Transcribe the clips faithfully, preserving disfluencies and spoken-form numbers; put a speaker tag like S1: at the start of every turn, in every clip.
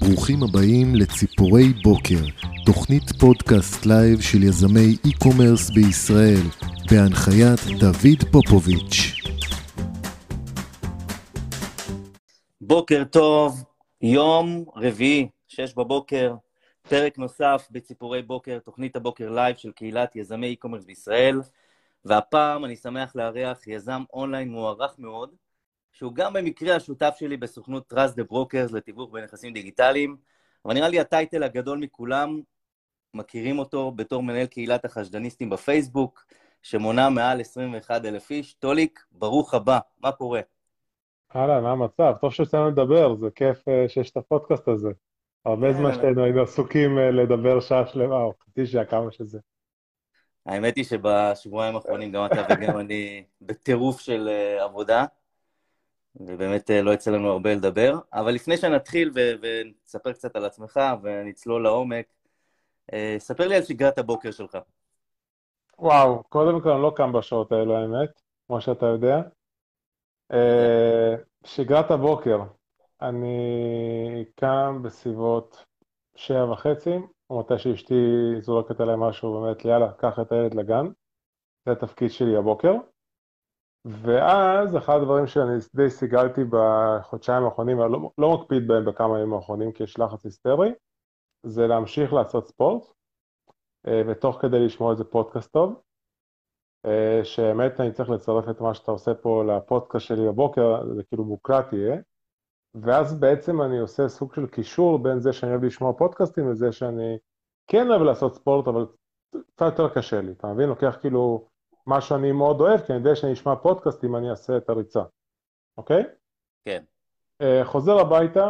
S1: ברוכים הבאים לציפורי בוקר, תוכנית פודקאסט לייב של יזמי אי-קומרס בישראל, בהנחיית דוד פופוביץ'.
S2: בוקר טוב, יום רביעי, שש בבוקר, פרק נוסף בציפורי בוקר, תוכנית הבוקר לייב של קהילת יזמי אי-קומרס בישראל, והפעם אני שמח לארח יזם אונליין מוערך מאוד, שהוא גם במקרה השותף שלי בסוכנות Trust the Brokers לתיווך בנכסים דיגיטליים, אבל נראה לי הטייטל הגדול מכולם, מכירים אותו בתור מנהל קהילת החשדניסטים בפייסבוק, שמונה מעל עשרים ואחד אלף איש. טוליק, ברוך הבא, מה קורה?
S3: הלאה, מה המצב? טוב שיצאנו לדבר, זה כיף uh, שיש את הפודקאסט הזה. הרבה זמן שלנו היינו עסוקים uh, לדבר שעה שלמה, או חצי שעה, כמה שזה.
S2: האמת היא שבשבועיים האחרונים גם אתה וגם אני בטירוף של uh, עבודה, ובאמת uh, לא יצא לנו הרבה לדבר. אבל לפני שנתחיל ו- ונספר קצת על עצמך ונצלול לעומק, uh, ספר לי על שגרת הבוקר שלך.
S3: וואו, קודם כל אני לא קם בשעות האלו, האמת, כמו שאתה יודע. Uh, שגרת הבוקר, אני קם בסביבות שבע וחצי, או מתי שאשתי זורקת עליי משהו, באמת, יאללה, קח את הילד לגן. זה התפקיד שלי הבוקר. ואז אחד הדברים שאני די סיגלתי בחודשיים האחרונים, אני לא, לא מקפיד בהם בכמה ימים האחרונים, כי יש לחץ היסטרי, זה להמשיך לעשות ספורט, ותוך כדי לשמוע איזה פודקאסט טוב, שהאמת אני צריך לצרף את מה שאתה עושה פה לפודקאסט שלי בבוקר, זה כאילו מוקלט יהיה, ואז בעצם אני עושה סוג של קישור בין זה שאני אוהב לשמוע פודקאסטים, וזה שאני כן אוהב לעשות ספורט, אבל קצת יותר קשה לי, אתה מבין? לוקח כאילו מה שאני מאוד אוהב, כי אני יודע שאני אשמע פודקאסטים, אני אעשה את הריצה, אוקיי?
S2: כן.
S3: חוזר הביתה,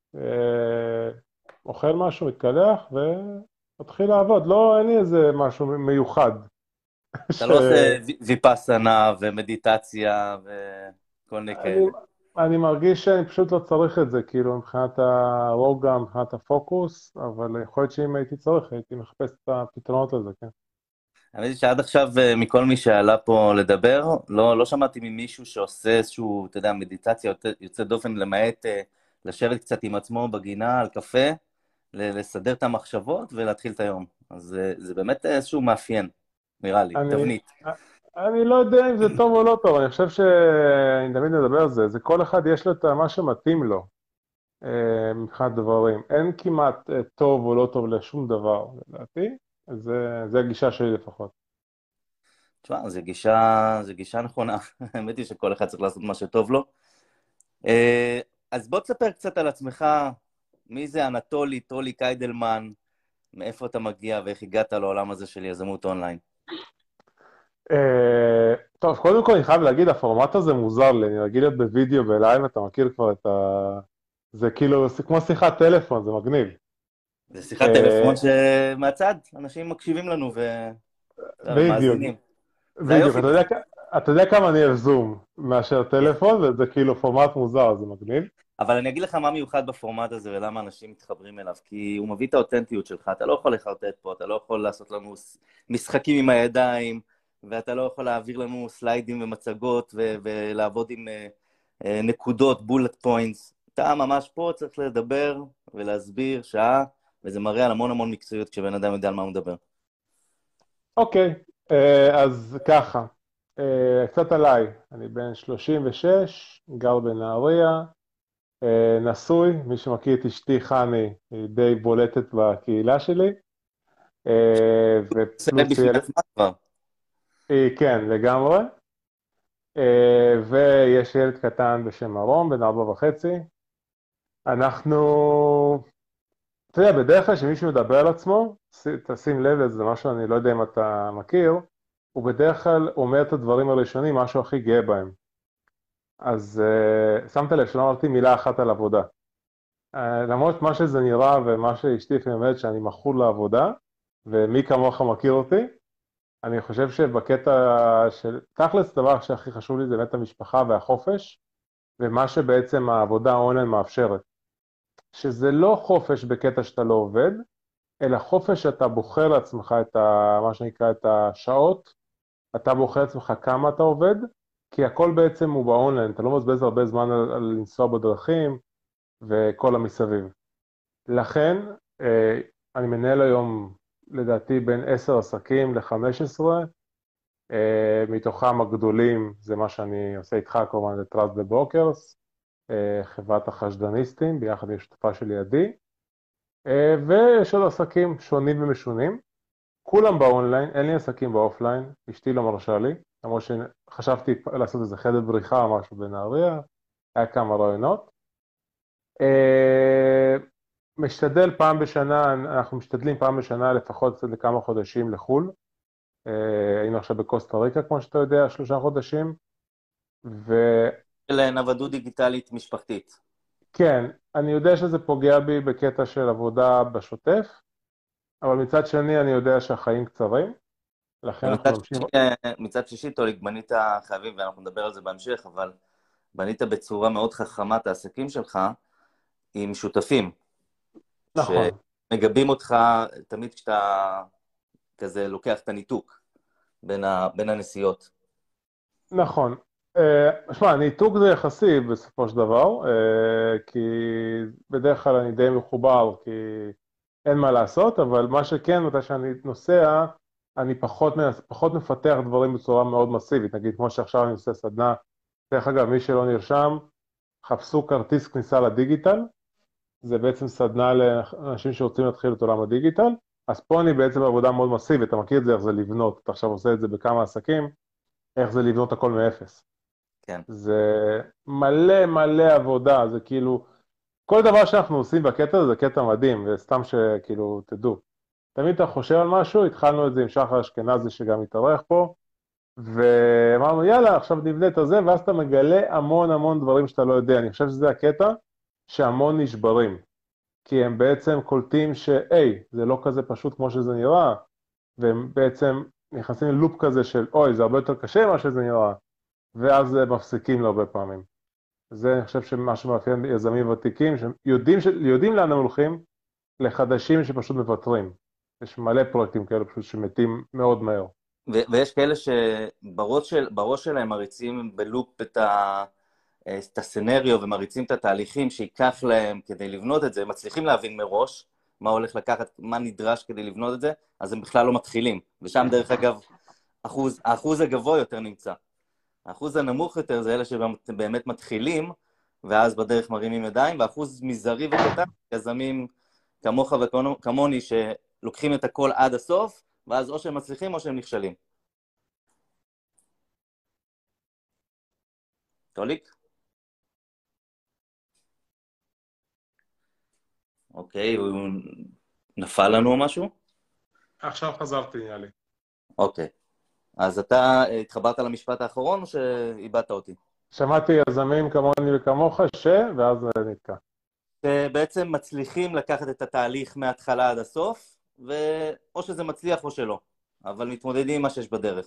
S3: אוכל משהו, מתקלח, ומתחיל לעבוד. לא, אין לי איזה משהו מיוחד.
S2: אתה לא עושה ויפאסנה ומדיטציה וכל מיני כאלה.
S3: אני מרגיש שאני פשוט לא צריך את זה, כאילו מבחינת הרוגע, מבחינת הפוקוס, אבל יכול להיות שאם הייתי צריך, הייתי מחפש את הפתרונות לזה, כן.
S2: האמת היא שעד עכשיו מכל מי שעלה פה לדבר, לא, לא שמעתי ממישהו שעושה איזשהו, אתה יודע, מדיטציה יוצא דופן, למעט לשבת קצת עם עצמו בגינה על קפה, לסדר את המחשבות ולהתחיל את היום. אז זה, זה באמת איזשהו מאפיין, נראה לי,
S3: אני,
S2: תבנית.
S3: אני לא יודע אם זה טוב או לא טוב, אני חושב שאני תמיד מדבר על זה, זה כל אחד יש לו את מה שמתאים לו, מבחינת דברים. אין כמעט טוב או לא טוב לשום דבר, לדעתי. זה, זה הגישה שלי לפחות.
S2: תשמע, זו גישה, זו גישה נכונה. האמת היא שכל אחד צריך לעשות מה שטוב לו. אז בוא תספר קצת על עצמך, מי זה אנטולי, טולי קיידלמן, מאיפה אתה מגיע ואיך הגעת לעולם הזה של יזמות אונליין?
S3: טוב, קודם כל אני חייב להגיד, הפורמט הזה מוזר לי, אני רגיל להיות בווידאו בלייב, אתה מכיר כבר את ה... זה כאילו, זה כמו שיחת טלפון, זה מגניב.
S2: זה שיחת טלפון שמהצד, אנשים מקשיבים לנו ומאזינים.
S3: בדיוק, אתה יודע כמה אני אוהב זום מאשר טלפון, וזה כאילו פורמט מוזר, זה מגניב.
S2: אבל אני אגיד לך מה מיוחד בפורמט הזה ולמה אנשים מתחברים אליו, כי הוא מביא את האותנטיות שלך, אתה לא יכול לחרטט פה, אתה לא יכול לעשות לנו משחקים עם הידיים, ואתה לא יכול להעביר לנו סליידים ומצגות ולעבוד עם נקודות, בולט פוינטס. אתה ממש פה צריך לדבר ולהסביר שעה, וזה מראה על המון המון מקצועיות כשבן אדם יודע על מה הוא מדבר.
S3: אוקיי, אז ככה, קצת עליי, אני בן שלושים ושש, גר בנהריה, נשוי, מי שמכיר את אשתי חני, היא די בולטת בקהילה שלי.
S2: ופלוס ילד...
S3: כן, לגמרי. ויש ילד קטן בשם ארום, בן ארבע וחצי. אנחנו... אתה יודע, בדרך כלל שמישהו מדבר על עצמו, תשים לב לזה, משהו אני לא יודע אם אתה מכיר, הוא בדרך כלל אומר את הדברים הראשונים, משהו הכי גאה בהם. אז uh, שמת לב שלא אמרתי מילה אחת על עבודה. Uh, למרות מה שזה נראה ומה שאשתי אומרת שאני מחול לעבודה, ומי כמוך מכיר אותי, אני חושב שבקטע של... תכלס דבר שהכי חשוב לי זה באמת המשפחה והחופש, ומה שבעצם העבודה האונליין מאפשרת. שזה לא חופש בקטע שאתה לא עובד, אלא חופש שאתה בוחר לעצמך את ה... מה שנקרא את השעות, אתה בוחר לעצמך כמה אתה עובד, כי הכל בעצם הוא באונליין, אתה לא מבזבז הרבה זמן על, על לנסוע בדרכים וכל המסביב. לכן, אה, אני מנהל היום, לדעתי, בין עשר עסקים ל-חמש עשרה, אה, מתוכם הגדולים, זה מה שאני עושה איתך, כמובן, זה Trust the Brokers, אה, חברת החשדניסטים, ביחד עם שותפה שלי עדי, אה, ויש עוד עסקים שונים ומשונים, כולם באונליין, אין לי עסקים באופליין, אשתי לא מרשה לי, למרות שחשבתי לעשות איזה חדר בריחה או משהו בנהריה, היה כמה רעיונות. אה, משתדל פעם בשנה, אנחנו משתדלים פעם בשנה לפחות קצת לכמה חודשים לחול. אה, היינו עכשיו בקוסטה ריקה, כמו שאתה יודע, שלושה חודשים, וכן,
S2: של נוודות דיגיטלית משפחתית.
S3: אני יודע שזה פוגע בי בקטע של עבודה בשוטף, אבל מצד שני אני יודע שהחיים קצרים, לכן אנחנו
S2: ומצד
S3: נמשיך.
S2: שלישי, מצד שלישי, טוליק, בנית חייבים, ואנחנו נדבר על זה בהמשך, אבל בנית בצורה מאוד חכמה את העסקים שלך, עם שותפים,
S3: נכון,
S2: שמגבים אותך תמיד כשאתה כזה לוקח את הניתוק בין, ה, בין הנסיעות.
S3: נכון. אה, שמע, ניתוק זה יחסי בסופו של דבר, אה, כי בדרך כלל אני די מחובר, כי אין מה לעשות, אבל מה שכן, מתי שאני נוסע, אני פחות, מנס- פחות מפתח דברים בצורה מאוד מסיבית, נגיד כמו שעכשיו אני עושה סדנה, דרך אגב, מי שלא נרשם, חפשו כרטיס כניסה לדיגיטל, זה בעצם סדנה לאנשים שרוצים להתחיל את עולם הדיגיטל, אז פה אני בעצם בעבודה מאוד מסיבית, אתה מכיר את זה, איך זה לבנות, אתה עכשיו עושה את זה בכמה עסקים, איך זה לבנות הכל מאפס.
S2: כן.
S3: זה מלא מלא עבודה, זה כאילו, כל דבר שאנחנו עושים בקטע הזה זה קטע מדהים, וסתם שכאילו, תדעו. תמיד אתה חושב על משהו, התחלנו את זה עם שחר אשכנזי שגם התארח פה, ואמרנו יאללה, עכשיו נבנה את זה, ואז אתה מגלה המון המון דברים שאתה לא יודע. אני חושב שזה הקטע שהמון נשברים, כי הם בעצם קולטים שהי, זה לא כזה פשוט כמו שזה נראה, והם בעצם נכנסים ללופ כזה של אוי, זה הרבה יותר קשה ממה שזה נראה, ואז מפסיקים להרבה פעמים. זה אני חושב שמה שמאפיין יזמים ותיקים, שיודעים ש... יודעים לאן הם הולכים, לחדשים שפשוט מוותרים. יש מלא פרויקטים כאלה פשוט שמתים מאוד מהר.
S2: ו- ויש כאלה שבראש של, בראש שלהם מריצים בלופ את, ה- את הסצנריו ומריצים את התהליכים שיקח להם כדי לבנות את זה, הם מצליחים להבין מראש מה הולך לקחת, מה נדרש כדי לבנות את זה, אז הם בכלל לא מתחילים. ושם דרך אגב, אחוז, האחוז הגבוה יותר נמצא. האחוז הנמוך יותר זה אלה שבאמת מתחילים, ואז בדרך מרימים ידיים, והאחוז מזערי וקטן, יזמים כמוך וכמוני שלוקחים את הכל עד הסוף, ואז או שהם מצליחים או שהם נכשלים. טוליק? אוקיי, הוא נפל לנו או משהו?
S3: עכשיו חזרתי, נראה לי.
S2: אוקיי. אז אתה התחברת למשפט האחרון או שאיבדת אותי?
S3: שמעתי יזמים כמוני וכמוך ש... ואז זה נתקע.
S2: שבעצם מצליחים לקחת את התהליך מההתחלה עד הסוף, ואו שזה מצליח או שלא, אבל מתמודדים עם מה שיש בדרך.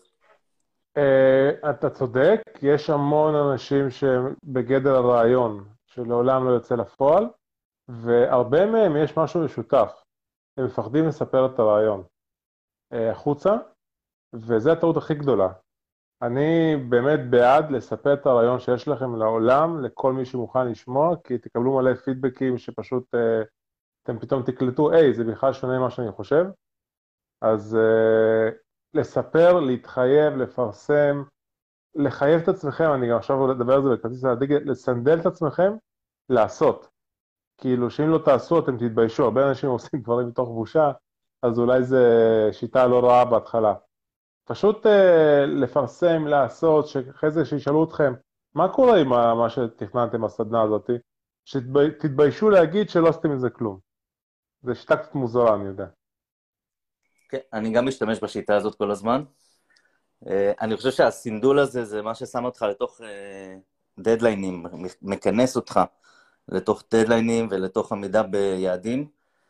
S3: Uh, אתה צודק, יש המון אנשים שבגדר הרעיון, שלעולם לא יוצא לפועל, והרבה מהם יש משהו משותף. הם מפחדים לספר את הרעיון uh, החוצה, וזו הטעות הכי גדולה. אני באמת בעד לספר את הרעיון שיש לכם לעולם, לכל מי שמוכן לשמוע, כי תקבלו מלא פידבקים שפשוט uh, אתם פתאום תקלטו, היי, זה בכלל שונה ממה שאני חושב. אז uh, לספר, להתחייב, לפרסם, לחייב את עצמכם, אני גם עכשיו אדבר על זה בכרטיס הדיגיטל, לסנדל את עצמכם, לעשות. כאילו שאם לא תעשו אתם תתביישו, הרבה אנשים עושים דברים מתוך בושה, אז אולי זו שיטה לא רעה בהתחלה. פשוט uh, לפרסם, לעשות, שאחרי זה שישאלו אתכם, מה קורה עם מה שתכננתם בסדנה הזאת? שתתביישו להגיד שלא עשיתם עם זה כלום. זו שיטה קצת מוזרה, אני יודע.
S2: כן, אני גם משתמש בשיטה הזאת כל הזמן. אני חושב שהסינדול הזה זה מה ששם אותך לתוך דדליינים, מכנס אותך לתוך דדליינים ולתוך עמידה ביעדים.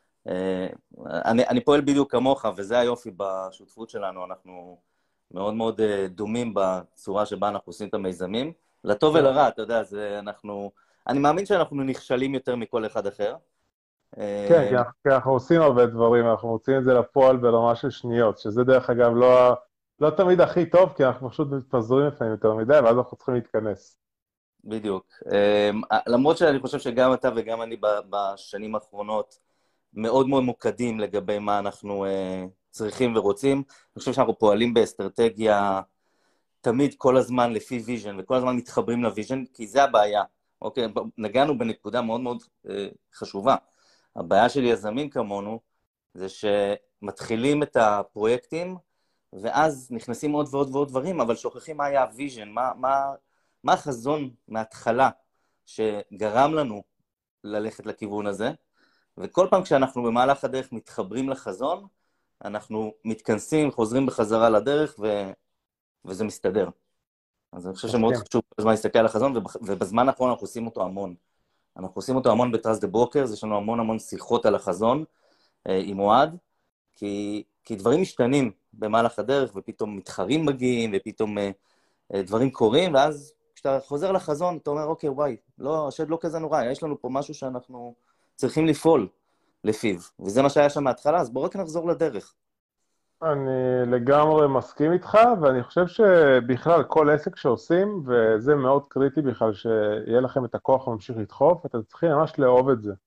S2: אני, אני פועל בדיוק כמוך, וזה היופי בשותפות שלנו, אנחנו מאוד מאוד דומים בצורה שבה אנחנו עושים את המיזמים. לטוב ולרע, אתה יודע, זה אנחנו... אני מאמין שאנחנו נכשלים יותר מכל אחד אחר.
S3: כן, כי אנחנו, כי אנחנו עושים הרבה דברים, אנחנו מוצאים את זה לפועל ברמה של שניות, שזה דרך אגב לא, לא תמיד הכי טוב, כי אנחנו פשוט מתפזרים לפעמים יותר מדי, ואז אנחנו צריכים להתכנס.
S2: בדיוק. למרות שאני חושב שגם אתה וגם אני בשנים האחרונות מאוד מאוד מוקדים לגבי מה אנחנו uh, צריכים ורוצים. אני חושב שאנחנו פועלים באסטרטגיה תמיד כל הזמן לפי ויז'ן, וכל הזמן מתחברים לוויז'ן, כי זה הבעיה. אוקיי, נגענו בנקודה מאוד מאוד uh, חשובה. הבעיה של יזמים כמונו, זה שמתחילים את הפרויקטים, ואז נכנסים עוד ועוד ועוד דברים, אבל שוכחים מה היה הוויז'ן, מה, מה, מה החזון מההתחלה שגרם לנו ללכת לכיוון הזה, וכל פעם כשאנחנו במהלך הדרך מתחברים לחזון, אנחנו מתכנסים, חוזרים בחזרה לדרך, ו... וזה מסתדר. אז אני חושב שמאוד חשוב בזמן להסתכל על החזון, ובזמן האחרון אנחנו עושים אותו המון. אנחנו עושים אותו המון ב-Trust the Brokers, יש לנו המון המון שיחות על החזון אה, עם אוהד, כי, כי דברים משתנים במהלך הדרך, ופתאום מתחרים מגיעים, ופתאום אה, אה, דברים קורים, ואז כשאתה חוזר לחזון, אתה אומר, אוקיי, וואי, לא, השד לא כזה נורא, יש לנו פה משהו שאנחנו צריכים לפעול לפיו, וזה מה שהיה שם מההתחלה, אז בואו רק נחזור לדרך.
S3: אני לגמרי מסכים איתך, ואני חושב שבכלל כל עסק שעושים, וזה מאוד קריטי בכלל שיהיה לכם את הכוח להמשיך לדחוף, אתם צריכים ממש לאהוב את זה,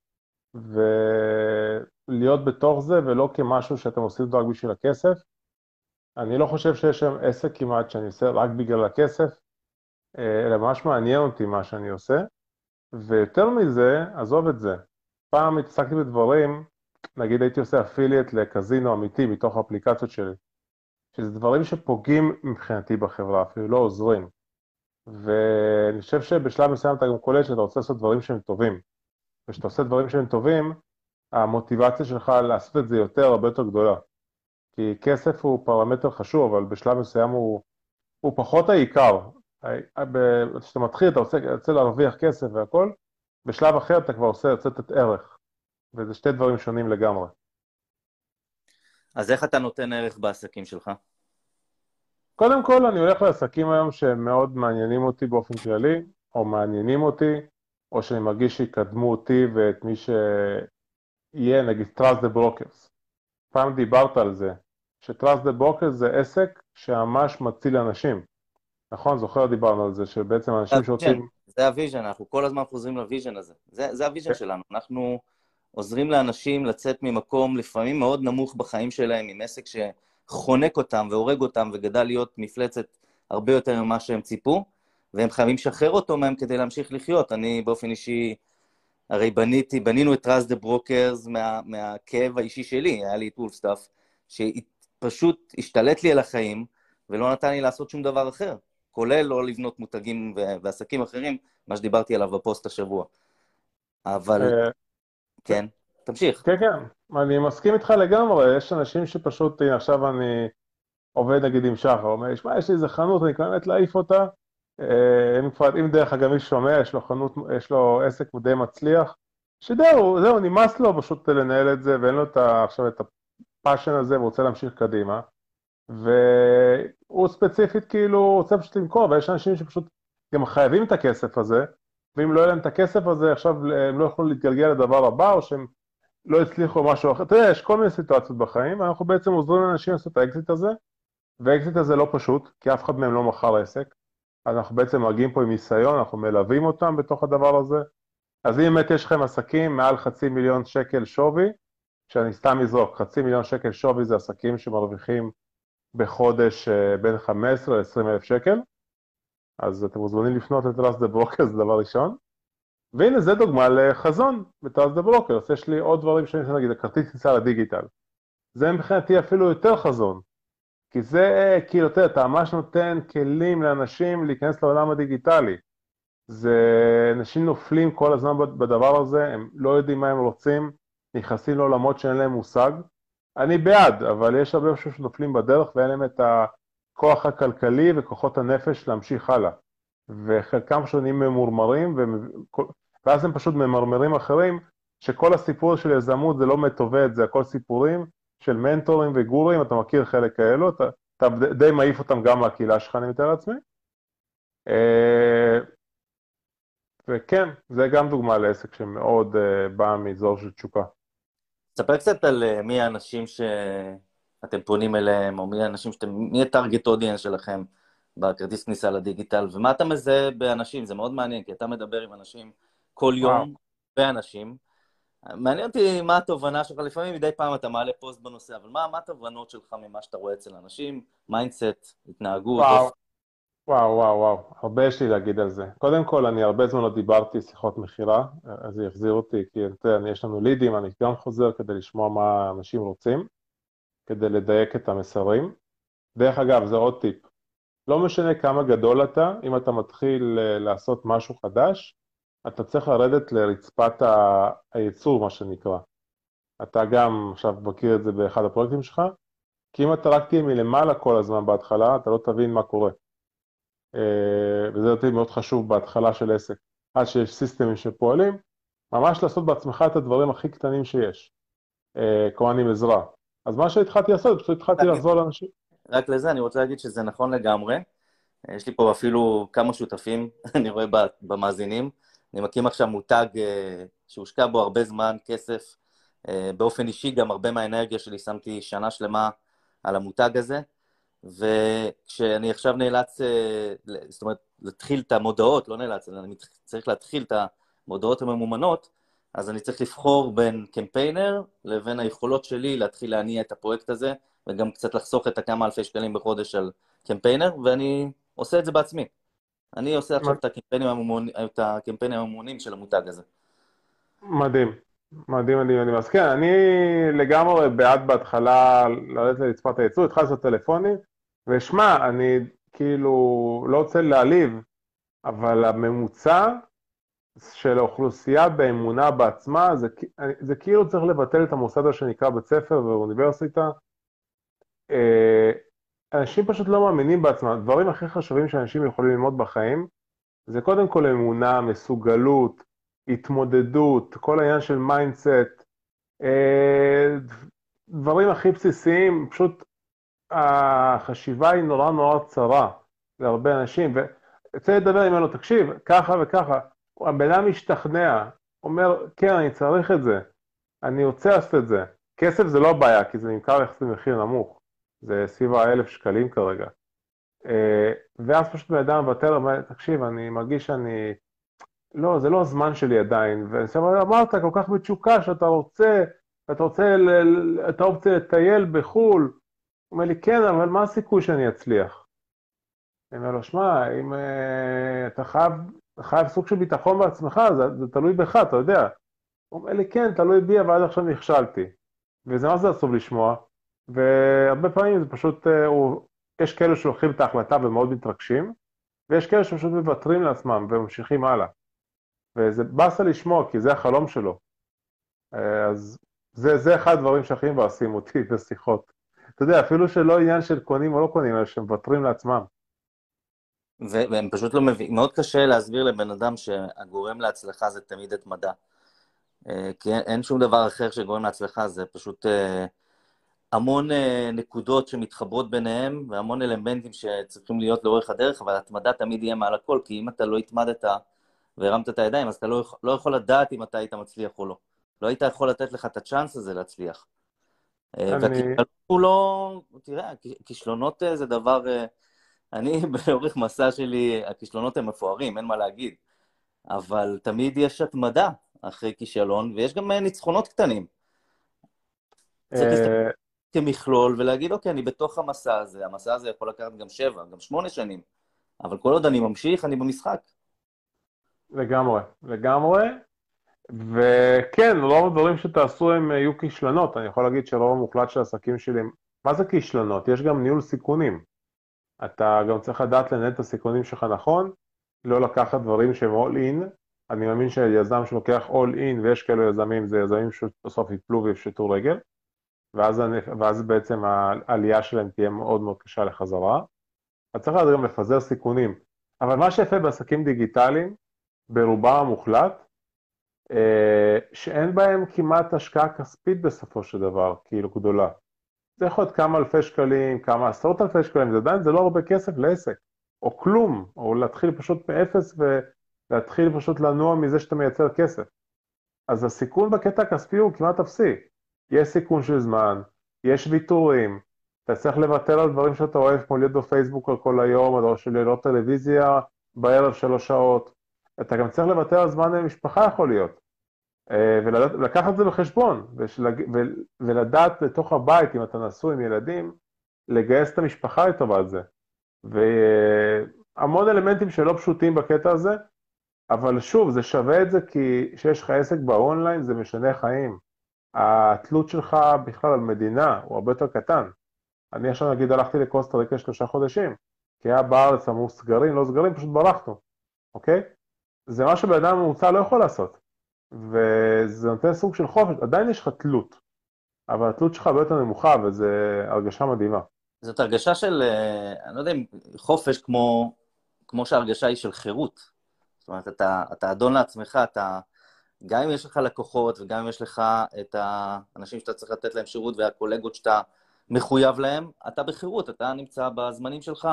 S3: ולהיות בתוך זה, ולא כמשהו שאתם עושים אותו רק בשביל הכסף. אני לא חושב שיש שם עסק כמעט שאני עושה רק בגלל הכסף, אלא ממש מעניין אותי מה שאני עושה, ויותר מזה, עזוב את זה. פעם התעסקתי בדברים, נגיד הייתי עושה אפילייט לקזינו אמיתי מתוך האפליקציות שלי, שזה דברים שפוגעים מבחינתי בחברה, אפילו לא עוזרים. ואני חושב שבשלב מסוים אתה גם קולט שאתה רוצה לעשות דברים שהם טובים. וכשאתה עושה דברים שהם טובים, המוטיבציה שלך לעשות את זה יותר, הרבה יותר גדולה. כי כסף הוא פרמטר חשוב, אבל בשלב מסוים הוא, הוא פחות העיקר. כשאתה מתחיל, אתה רוצה, רוצה להרוויח כסף והכל, בשלב אחר אתה כבר עושה, רוצה לתת ערך. וזה שתי דברים שונים לגמרי.
S2: אז איך אתה נותן ערך בעסקים שלך?
S3: קודם כל, אני הולך לעסקים היום שהם מאוד מעניינים אותי באופן כללי, או מעניינים אותי, או שאני מרגיש שיקדמו אותי ואת מי שיהיה, נגיד, Trust the Brokers. פעם דיברת על זה, ש-Trust the Brokers זה עסק שממש מציל אנשים. נכון? זוכר דיברנו על זה, שבעצם אנשים שרוצים...
S2: זה הוויז'ן, אנחנו כל הזמן חוזרים לוויז'ן הזה. זה, זה הוויז'ן שלנו. אנחנו עוזרים לאנשים לצאת ממקום לפעמים מאוד נמוך בחיים שלהם, עם עסק שחונק אותם והורג אותם וגדל להיות מפלצת הרבה יותר ממה שהם ציפו, והם חייבים לשחרר אותו מהם כדי להמשיך לחיות. אני באופן אישי, הרי בניתי, בנינו את Trust the Brokers מה, מהכאב האישי שלי, היה לי את וולפסטאף, שפשוט השתלט לי על החיים, ולא נתן לי לעשות שום דבר אחר, כולל לא לבנות מותגים ועסקים אחרים, מה שדיברתי עליו בפוסט השבוע. אבל, כן, תמשיך.
S3: כן, כן, אני מסכים איתך לגמרי, יש אנשים שפשוט, הנה, עכשיו אני עובד נגיד עם שחר, אומר, ישמע, יש לי איזה חנות, אני באמת להעיף אותה, אם כבר, אם דרך אגב מי שומע, יש לו חנות, יש לו עסק די מצליח, שדאו, זהו, נמאס לו פשוט לנהל את זה, ואין לו את, עכשיו את הפאשן הזה, והוא רוצה להמשיך קדימה, והוא ספציפית כאילו רוצה פשוט למכור, ויש אנשים שפשוט גם חייבים את הכסף הזה, ואם לא יהיה להם את הכסף הזה, עכשיו הם לא יכולו להתגלגל לדבר הבא, או שהם לא הצליחו משהו אחר. אתה יודע, יש כל מיני סיטואציות בחיים, ואנחנו בעצם עוזרים לאנשים לעשות את האקזיט הזה, והאקזיט הזה לא פשוט, כי אף אחד מהם לא מכר עסק, אז אנחנו בעצם מגיעים פה עם ניסיון, אנחנו מלווים אותם בתוך הדבר הזה, אז אם באמת יש לכם עסקים מעל חצי מיליון שקל שווי, שאני סתם אזרוק, חצי מיליון שקל שווי זה עסקים שמרוויחים בחודש בין חמש עשרה ל-עשרים אלף שקל, אז אתם מוזמנים לפנות ל-Trust the Brokers, זה דבר ראשון. והנה, זה דוגמה לחזון ב-Trust the Brokers. יש לי עוד דברים שאני רוצה להגיד, הכרטיס כניסה לדיגיטל. זה מבחינתי אפילו יותר חזון. כי זה, כאילו, אתה ממש נותן כלים לאנשים להיכנס לעולם הדיגיטלי. זה, אנשים נופלים כל הזמן בדבר הזה, הם לא יודעים מה הם רוצים, נכנסים לעולמות שאין להם מושג. אני בעד, אבל יש הרבה משהו שנופלים בדרך, ואין להם את הכוח הכלכלי וכוחות הנפש להמשיך הלאה. וחלקם שונים ממורמרים, ואז הם פשוט ממרמרים אחרים, שכל הסיפור של יזמות זה לא מטובד, זה הכל סיפורים של מנטורים וגורים, אתה מכיר חלק כאלו, אתה, אתה די מעיף אותם גם מהקהילה שלך, אני מתאר לעצמי. וכן, זה גם דוגמה לעסק שמאוד בא מאזור של תשוקה.
S2: תספר קצת על מי האנשים שאתם פונים אליהם, או מי האנשים שאתם, מי הטרגט אודיאנס שלכם בכרטיס כניסה לדיגיטל, ומה אתה מזהה באנשים, זה מאוד מעניין, כי אתה מדבר עם אנשים כל יום, באנשים, מעניין אותי מה התובנה שלך, לפעמים מדי פעם אתה מעלה פוסט בנושא, אבל מה, מה התובנות שלך ממה שאתה רואה אצל אנשים? מיינדסט, התנהגות,
S3: וואו,
S2: אופי.
S3: וואו, וואו, וואו, הרבה יש לי להגיד על זה. קודם כל, אני הרבה זמן לא דיברתי שיחות מכירה, אז זה יחזיר אותי, כי אתה יודע, יש לנו לידים, אני גם חוזר כדי לשמוע מה אנשים רוצים, כדי לדייק את המסרים. דרך אגב, זה עוד טיפ. לא משנה כמה גדול אתה, אם אתה מתחיל אה, לעשות משהו חדש, אתה צריך לרדת לרצפת ה- הייצור, מה שנקרא. אתה גם עכשיו מכיר את זה באחד הפרויקטים שלך, כי אם אתה רק תהיה מלמעלה כל הזמן בהתחלה, אתה לא תבין מה קורה. אה, וזה אותי מאוד חשוב בהתחלה של עסק. עד שיש סיסטמים שפועלים, ממש לעשות בעצמך את הדברים הכי קטנים שיש, אה, כמובן עם עזרה. אז מה שהתחלתי לעשות, פשוט התחלתי לחזור לאנשים.
S2: רק לזה אני רוצה להגיד שזה נכון לגמרי. יש לי פה אפילו כמה שותפים, אני רואה במאזינים. אני מקים עכשיו מותג אה, שהושקע בו הרבה זמן, כסף. אה, באופן אישי גם הרבה מהאנרגיה שלי שמתי שנה שלמה על המותג הזה. וכשאני עכשיו נאלץ, אה, זאת אומרת, להתחיל את המודעות, לא נאלץ, אני צריך להתחיל את המודעות הממומנות, אז אני צריך לבחור בין קמפיינר לבין היכולות שלי להתחיל להניע את הפרויקט הזה, וגם קצת לחסוך את הכמה אלפי שקלים בחודש על קמפיינר, ואני עושה את זה בעצמי. אני עושה עכשיו את הקמפיינים הממונים, את הקמפיינים הממונים של המותג הזה.
S3: מדהים, מדהים, מדהים, מדהים. אז כן, אני לגמרי בעד בהתחלה לרדת לרצפת הייצור, התחלתי לעשות טלפונים, ושמע, אני כאילו לא רוצה להעליב, אבל הממוצע של האוכלוסייה באמונה בעצמה, זה, זה כאילו צריך לבטל את המוסד שנקרא בית ספר ואוניברסיטה. אנשים פשוט לא מאמינים בעצמם. הדברים הכי חשובים שאנשים יכולים ללמוד בחיים, זה קודם כל אמונה, מסוגלות, התמודדות, כל העניין של מיינדסט, דברים הכי בסיסיים, פשוט החשיבה היא נורא נורא צרה להרבה אנשים, וצריך לדבר עם אלו, תקשיב, ככה וככה, הבן אדם משתכנע, אומר, כן, אני צריך את זה, אני רוצה לעשות את זה. כסף זה לא בעיה, כי זה נמכר יחסית במחיר נמוך, זה סביב האלף שקלים כרגע. ואז פשוט בן אדם מבטל, אומר, תקשיב, אני מרגיש שאני, לא, זה לא הזמן שלי עדיין, ואמרת כל כך בתשוקה שאתה רוצה, אתה רוצה את האופציה לטייל בחול, הוא אומר לי, כן, אבל מה הסיכוי שאני אצליח? אני אומר לו, שמע, אם uh, אתה חייב, חייב סוג של ביטחון בעצמך, זה, זה תלוי בך, אתה יודע. הוא אומר לי, כן, תלוי בי, אבל עד עכשיו נכשלתי. וזה מה זה עצוב לשמוע, והרבה פעמים זה פשוט, uh, הוא, יש כאלה שלוקחים את ההחלטה ומאוד מתרגשים, ויש כאלה שפשוט מוותרים לעצמם וממשיכים הלאה. וזה באסה לשמוע, כי זה החלום שלו. Uh, אז זה, זה אחד הדברים שהכי מבאסים אותי בשיחות. אתה יודע, אפילו שלא עניין של קונים או לא קונים, אלא שמוותרים לעצמם.
S2: והם פשוט לא מבינים, מאוד קשה להסביר לבן אדם שהגורם להצלחה זה תמיד התמדה. כי אין שום דבר אחר שגורם להצלחה, זה פשוט המון נקודות שמתחברות ביניהם, והמון אלמנטים שצריכים להיות לאורך הדרך, אבל התמדה תמיד יהיה מעל הכל, כי אם אתה לא התמדת והרמת את הידיים, אז אתה לא, לא יכול לדעת אם אתה היית מצליח או לא. לא היית יכול לתת לך את הצ'אנס הזה להצליח.
S3: אני...
S2: והכישלונות הוא לא, תראה, כישלונות זה דבר, אני באורך מסע שלי, הכישלונות הם מפוארים, אין מה להגיד, אבל תמיד יש התמדה אחרי כישלון, ויש גם ניצחונות קטנים. צריך להסתכל כמכלול ולהגיד, אוקיי, אני בתוך המסע הזה, המסע הזה יכול לקחת גם שבע, גם שמונה שנים, אבל כל עוד אני ממשיך, אני במשחק.
S3: לגמרי, לגמרי. וכן, רוב הדברים שתעשו הם יהיו כישלונות. אני יכול להגיד שרוב המוחלט של העסקים שלי, מה זה כישלונות? יש גם ניהול סיכונים. אתה גם צריך לדעת לנהל את הסיכונים שלך נכון, לא לקחת דברים שהם all in. אני מאמין שיזם שלוקח all in, ויש כאלו יזמים, זה יזמים שבסוף יפלו ויפשטו רגל, ואז, ואז בעצם העלייה שלהם תהיה מאוד מאוד קשה לחזרה. אתה צריך גם לפזר סיכונים. אבל מה שיפה בעסקים דיגיטליים, ברובם המוחלט, שאין בהם כמעט השקעה כספית בסופו של דבר, כאילו גדולה. זה יכול להיות כמה אלפי שקלים, כמה עשרות אלפי שקלים, זה עדיין, זה לא הרבה כסף לעסק, או כלום, או להתחיל פשוט מאפס ולהתחיל פשוט לנוע מזה שאתה מייצר כסף. אז הסיכון בקטע הכספי הוא כמעט אפסי. יש סיכון של זמן, יש ויתורים, אתה צריך לוותר על דברים שאתה אוהב, כמו להיות בפייסבוק על כל היום, או של לראות טלוויזיה בערב שלוש שעות. אתה גם צריך לוותר על זמן למשפחה יכול להיות. ולקחת את זה בחשבון, ולדעת לתוך הבית, אם אתה נשוי עם ילדים, לגייס את המשפחה לטובת זה. והמון אלמנטים שלא פשוטים בקטע הזה, אבל שוב, זה שווה את זה כי שיש לך עסק באונליין, זה משנה חיים. התלות שלך בכלל על מדינה הוא הרבה יותר קטן. אני עכשיו נגיד הלכתי לקוסטה ריקה שלושה חודשים, כי היה בארץ אמרו סגרים, לא סגרים, פשוט ברחנו, אוקיי? זה מה שבן אדם ממוצע לא יכול לעשות. וזה נותן סוג של חופש, עדיין יש לך תלות, אבל התלות שלך הרבה יותר נמוכה, וזו הרגשה מדהימה.
S2: זאת הרגשה של, אני לא יודע אם חופש כמו, כמו שההרגשה היא של חירות. זאת אומרת, אתה, אתה אדון לעצמך, אתה, גם אם יש לך לקוחות, וגם אם יש לך את האנשים שאתה צריך לתת להם שירות, והקולגות שאתה מחויב להם, אתה בחירות, אתה נמצא בזמנים שלך,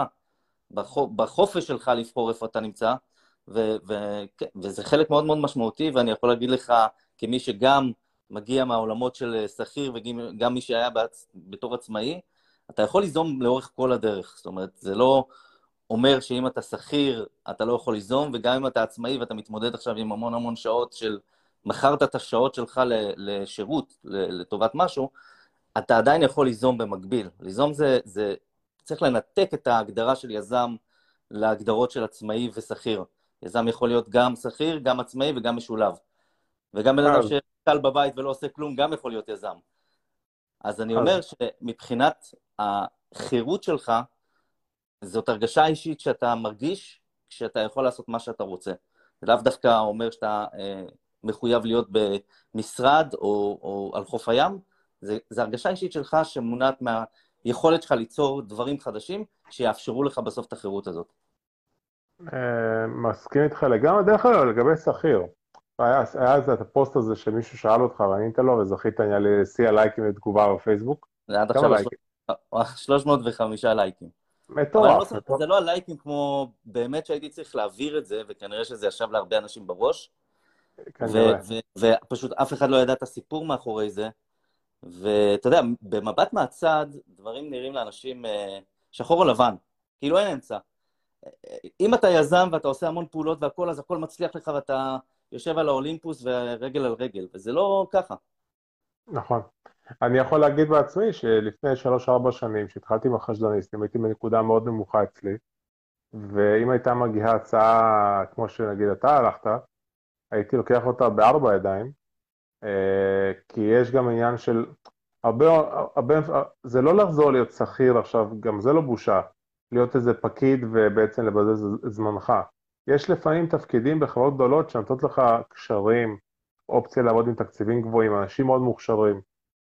S2: בחופש שלך לבחור איפה אתה נמצא, ו- ו- וזה חלק מאוד מאוד משמעותי, ואני יכול להגיד לך, כמי שגם מגיע מהעולמות של שכיר, וגם מי שהיה בעצ... בתור עצמאי, אתה יכול ליזום לאורך כל הדרך. זאת אומרת, זה לא אומר שאם אתה שכיר, אתה לא יכול ליזום, וגם אם אתה עצמאי ואתה מתמודד עכשיו עם המון המון שעות של, מכרת את השעות שלך לשירות, לטובת משהו, אתה עדיין יכול ליזום במקביל. ליזום זה, זה צריך לנתק את ההגדרה של יזם להגדרות של עצמאי ושכיר. יזם יכול להיות גם שכיר, גם עצמאי וגם משולב. וגם בן אדם שקל בבית ולא עושה כלום, גם יכול להיות יזם. אז אני אומר שמבחינת החירות שלך, זאת הרגשה אישית שאתה מרגיש, שאתה יכול לעשות מה שאתה רוצה. זה לאו דווקא אומר שאתה אה, מחויב להיות במשרד או, או על חוף הים, זה, זה הרגשה אישית שלך שמונעת מהיכולת שלך ליצור דברים חדשים, שיאפשרו לך בסוף את החירות הזאת.
S3: מסכים איתך לגמרי, דרך כלל לגבי שכיר. היה, היה את הפוסט הזה שמישהו שאל אותך וענית לו, וזכית לשיא הלייקים ותגובה בפייסבוק.
S2: זה עד עכשיו שלוש מאות וחמישה לייקים.
S3: מטורף.
S2: אבל זה לא הלייקים כמו, באמת שהייתי צריך להעביר את זה, וכנראה שזה ישב להרבה אנשים בראש, ופשוט אף אחד לא ידע את הסיפור מאחורי זה, ואתה יודע, במבט מהצד, דברים נראים לאנשים שחור או לבן, כאילו אין אמצע. אם אתה יזם ואתה עושה המון פעולות והכל, אז הכל מצליח לך ואתה יושב על האולימפוס ורגל על רגל, וזה לא ככה.
S3: נכון. אני יכול להגיד בעצמי שלפני שלוש ארבע שנים, שהתחלתי עם החשדניסטים, הייתי בנקודה מאוד נמוכה אצלי, ואם הייתה מגיעה הצעה, כמו שנגיד אתה הלכת, הייתי לוקח אותה בארבע ידיים, כי יש גם עניין של, הרבה, הרבה, זה לא לחזור להיות שכיר עכשיו, גם זה לא בושה, להיות איזה פקיד ובעצם לבזז זמנך. יש לפעמים תפקידים בחברות גדולות שנותנות לך קשרים, אופציה לעבוד עם תקציבים גבוהים, אנשים מאוד מוכשרים.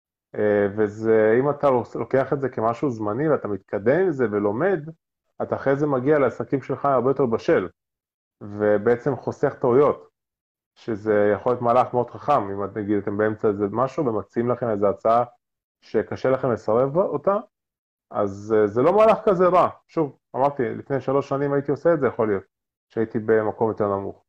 S3: וזה, אם אתה לוקח את זה כמשהו זמני ואתה מתקדם עם זה ולומד, אתה אחרי זה מגיע לעסקים שלך הרבה יותר בשל, ובעצם חוסך טעויות, שזה יכול להיות מהלך מאוד חכם, אם את נגיד אתם באמצע איזה משהו ומציעים לכם איזו הצעה שקשה לכם לסרב אותה, אז זה לא מהלך כזה רע. שוב, אמרתי, לפני שלוש שנים הייתי עושה את זה, יכול להיות, שהייתי במקום יותר נמוך.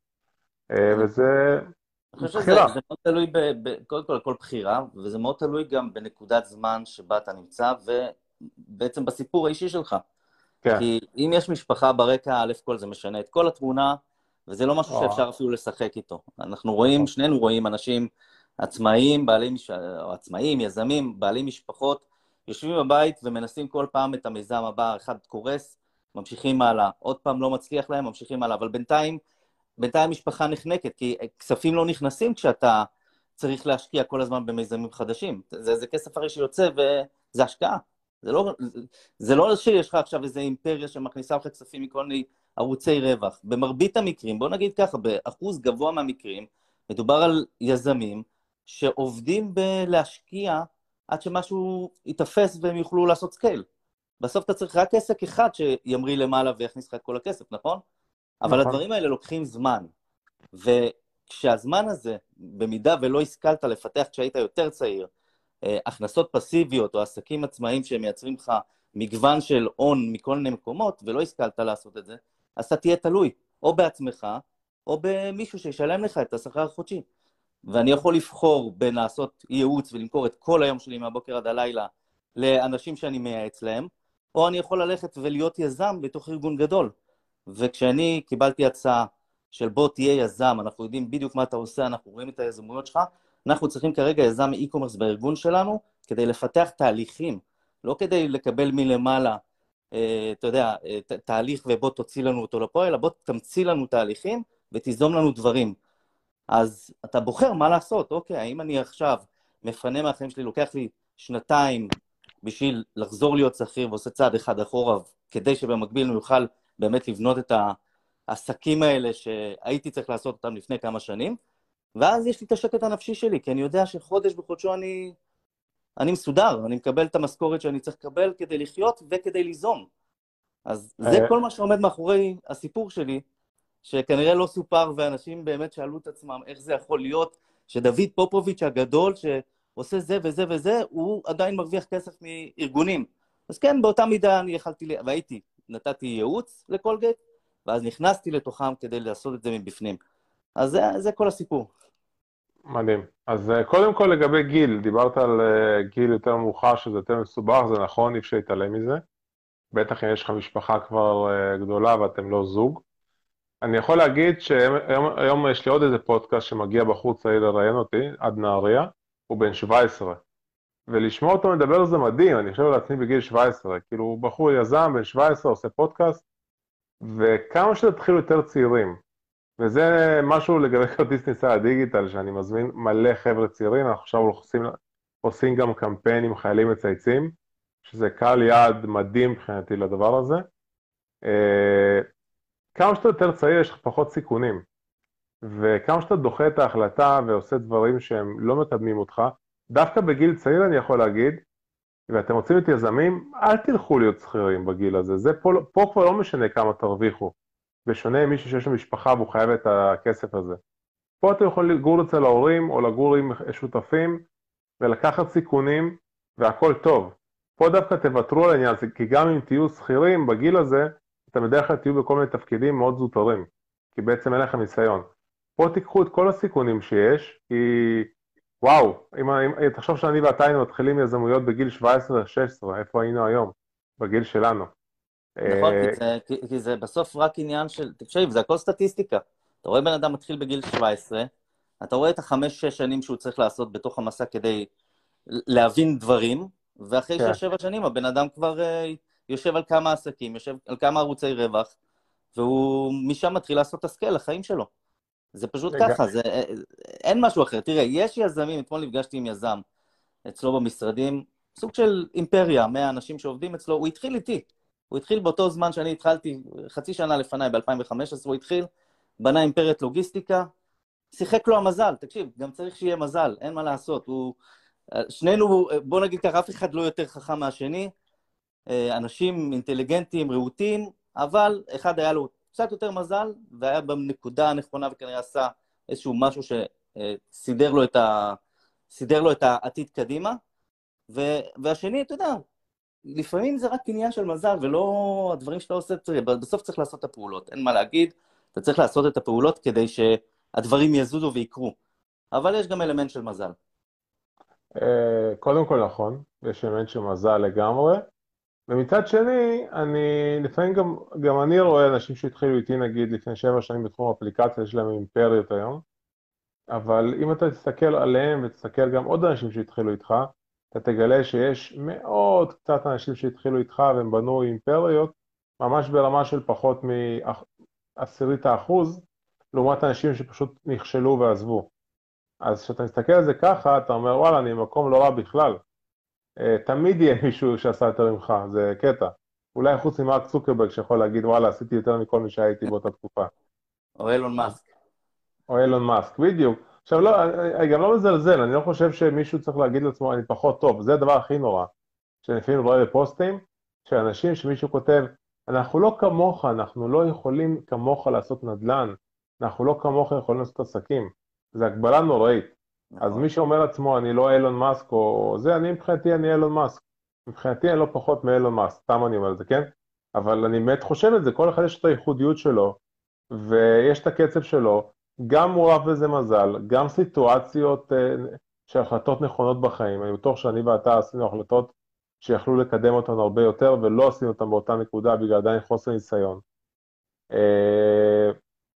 S3: וזה בחירה.
S2: זה מאוד תלוי, קודם כל, כל בחירה, וזה מאוד תלוי גם בנקודת זמן שבה אתה נמצא, ובעצם בסיפור האישי שלך.
S3: כן.
S2: כי אם יש משפחה ברקע, א' כל זה משנה את כל התמונה, וזה לא משהו שאפשר אפילו לשחק איתו. אנחנו רואים, שנינו רואים אנשים עצמאיים, בעלי, או עצמאיים, יזמים, בעלי משפחות, יושבים בבית ומנסים כל פעם את המיזם הבא, אחד קורס, ממשיכים הלאה, עוד פעם לא מצליח להם, ממשיכים הלאה, אבל בינתיים, בינתיים משפחה נחנקת, כי כספים לא נכנסים כשאתה צריך להשקיע כל הזמן במיזמים חדשים. זה, זה כסף הרי שיוצא וזה השקעה. זה לא, זה לא שיש לך עכשיו איזו אימפריה שמכניסה לך כספים מכל מיני ערוצי רווח. במרבית המקרים, בוא נגיד ככה, באחוז גבוה מהמקרים, מדובר על יזמים שעובדים בלהשקיע עד שמשהו יתפס והם יוכלו לעשות סקייל. בסוף אתה צריך רק עסק אחד שימריא למעלה ויכניס לך את כל הכסף, נכון? אבל
S3: נכון.
S2: הדברים האלה לוקחים זמן. וכשהזמן הזה, במידה ולא השכלת לפתח כשהיית יותר צעיר, הכנסות פסיביות או עסקים עצמאיים שמייצרים לך מגוון של הון מכל מיני מקומות, ולא השכלת לעשות את זה, אז אתה תהיה תלוי, או בעצמך, או במישהו שישלם לך את השכר החודשי. ואני יכול לבחור בין לעשות ייעוץ ולמכור את כל היום שלי מהבוקר עד הלילה לאנשים שאני מייעץ להם, או אני יכול ללכת ולהיות יזם בתוך ארגון גדול. וכשאני קיבלתי הצעה של בוא תהיה יזם, אנחנו יודעים בדיוק מה אתה עושה, אנחנו רואים את היזמויות שלך, אנחנו צריכים כרגע יזם e-commerce בארגון שלנו, כדי לפתח תהליכים, לא כדי לקבל מלמעלה, אה, אתה יודע, אה, ת- תהליך ובוא תוציא לנו אותו לפועל, אלא בוא תמציא לנו תהליכים ותיזום לנו דברים. אז אתה בוחר מה לעשות, אוקיי, האם אני עכשיו מפנה מהחיים שלי, לוקח לי שנתיים בשביל לחזור להיות שכיר ועושה צעד אחד אחורה, כדי שבמקביל אני אוכל באמת לבנות את העסקים האלה שהייתי צריך לעשות אותם לפני כמה שנים, ואז יש לי את השקט הנפשי שלי, כי אני יודע שחודש בחודשו אני, אני מסודר, אני מקבל את המשכורת שאני צריך לקבל כדי לחיות וכדי ליזום. אז זה
S3: אה,
S2: כל מה שעומד מאחורי הסיפור שלי, שכנראה לא סופר, ואנשים באמת שאלו את עצמם איך זה יכול להיות, שדוד פופוביץ' הגדול, שעושה זה וזה וזה, הוא עדיין מרוויח כסף מארגונים. אז כן, באותה מידה אני יכלתי, והייתי, נתתי ייעוץ לקולגייט, ואז נכנסתי לתוכם כדי לעשות את זה מבפנים. אז זה, זה כל הסיפור.
S3: מדהים. אז אה, קודם כל לגבי גיל, דיברת על אה, גיל יותר מאוחר שזה יותר מסובך, זה נכון, אי אפשר להתעלם מזה. בטח אם יש לך משפחה כבר אה, גדולה ואתם לא זוג. אני יכול להגיד שהיום היום יש לי עוד איזה פודקאסט שמגיע בחור צעיר לראיין אותי, עד נהריה, הוא בן שבע עשרה. ולשמוע אותו מדבר זה מדהים, אני חושב על עצמי בגיל שבע עשרה, כאילו הוא בחור יזם, בן שבע עשרה, עושה פודקאסט, וכמה שתתחילו יותר צעירים. וזה משהו לגבי כרטיס ניסה לדיגיטל, שאני מזמין מלא חבר'ה צעירים, אנחנו עכשיו עושים, עושים גם קמפיין עם חיילים מצייצים, שזה קהל יעד מדהים מבחינתי לדבר הזה. אה, כמה שאתה יותר צעיר יש לך פחות סיכונים, וכמה שאתה דוחה את ההחלטה ועושה דברים שהם לא מקדמים אותך, דווקא בגיל צעיר אני יכול להגיד, ואתם רוצים להיות יזמים, אל תלכו להיות שכירים בגיל הזה, זה פה, פה כבר לא משנה כמה תרוויחו, בשונה ממישהו שיש לו משפחה והוא חייב את הכסף הזה. פה אתם יכולים לגור אצל ההורים או לגור עם שותפים ולקחת סיכונים והכל טוב. פה דווקא תוותרו על העניין הזה, כי גם אם תהיו שכירים בגיל הזה, אתם בדרך כלל תהיו בכל מיני תפקידים מאוד זוטרים, כי בעצם אין לכם ניסיון. פה תיקחו את כל הסיכונים שיש, כי וואו, אם, אם תחשוב שאני ואתה היינו מתחילים יזמויות בגיל שבע עשרה שש עשרה, איפה היינו היום? בגיל שלנו.
S2: נכון, כי
S3: אה,
S2: זה, כי, כי זה בסוף רק עניין של, תקשיב, זה הכל סטטיסטיקה. אתה רואה בן אדם מתחיל בגיל שבע עשרה, אתה רואה את החמש-שש שנים שהוא צריך לעשות בתוך המסע כדי להבין דברים, ואחרי
S3: כן,
S2: שש-שבע שנים הבן אדם כבר uh, יושב על כמה עסקים, יושב על כמה ערוצי רווח, והוא משם מתחיל לעשות הסקל לחיים שלו. זה פשוט
S3: לג...
S2: ככה, זה, אין משהו אחר. תראה, יש יזמים, אתמול נפגשתי עם יזם אצלו במשרדים, סוג של אימפריה, מאה אנשים שעובדים אצלו, הוא התחיל איתי. הוא התחיל באותו זמן שאני התחלתי, חצי שנה לפניי, ב-אלפיים וחמש עשרה הוא התחיל, בנה אימפריית לוגיסטיקה, שיחק לו המזל, תקשיב, גם צריך שיהיה מזל, אין מה לעשות, הוא, שנינו, בוא נגיד ככה, אף אחד לא יותר חכם מהשני, אנשים אינטליגנטים, רהוטים, אבל אחד היה לו קצת יותר מזל, והיה בנקודה הנכונה וכנראה עשה איזשהו משהו שסידר לו את, ה... סידר לו את העתיד קדימה, ו... והשני, אתה יודע, לפעמים זה רק עניין של מזל, ולא הדברים שאתה עושה, בסוף צריך לעשות את הפעולות, אין מה להגיד, אתה צריך לעשות את הפעולות כדי שהדברים יזוזו ויקרו, אבל יש גם אלמנט של מזל.
S3: אה, קודם כל נכון, יש אלמנט של מזל לגמרי, ומצד שני, אני לפעמים גם, גם אני רואה אנשים שהתחילו איתי נגיד לפני שבע שנים בתחום האפליקציה, יש להם אימפריות היום, אבל אם אתה תסתכל עליהם ותסתכל גם עוד אנשים שהתחילו איתך, אתה תגלה שיש מאוד קצת אנשים שהתחילו איתך והם בנו אימפריות, ממש ברמה של פחות מעשירית האחוז, לעומת אנשים שפשוט נכשלו ועזבו. אז כשאתה מסתכל על זה ככה, אתה אומר, וואלה, אני במקום לא רע בכלל. אה, תמיד יהיה מישהו שעשה יותר ממך, זה קטע. אולי חוץ ממרק צוקרברג שיכול להגיד, וואלה, עשיתי יותר מכל מי שהייתי באותה תקופה.
S2: או אילון מאסק.
S3: או אילון מאסק, בדיוק. עכשיו, לא, אני גם לא מזלזל, אני לא חושב שמישהו צריך להגיד לעצמו, אני פחות טוב, זה הדבר הכי נורא. שאני לפעמים רואה בפוסטים, שאנשים, שמישהו כותב, אנחנו לא כמוך, אנחנו לא יכולים כמוך לעשות נדל"ן, אנחנו לא כמוך יכולים לעשות עסקים. זה הגבלה נוראית. אז
S2: נכון.
S3: מי שאומר לעצמו, אני לא אילון מאסק או זה, אני מבחינתי אני אילון מאסק. מבחינתי אני לא פחות מאילון מאסק, סתם אני אומר את זה, כן? אבל אני באמת חושב את זה, כל אחד יש את הייחודיות שלו, ויש את הקצב שלו, גם מעורב בזה מזל, גם סיטואציות uh, של החלטות נכונות בחיים. אני בטוח שאני ואתה עשינו החלטות שיכלו לקדם אותנו הרבה יותר, ולא עשינו אותן באותה נקודה בגלל עדיין חוסר ניסיון. Uh,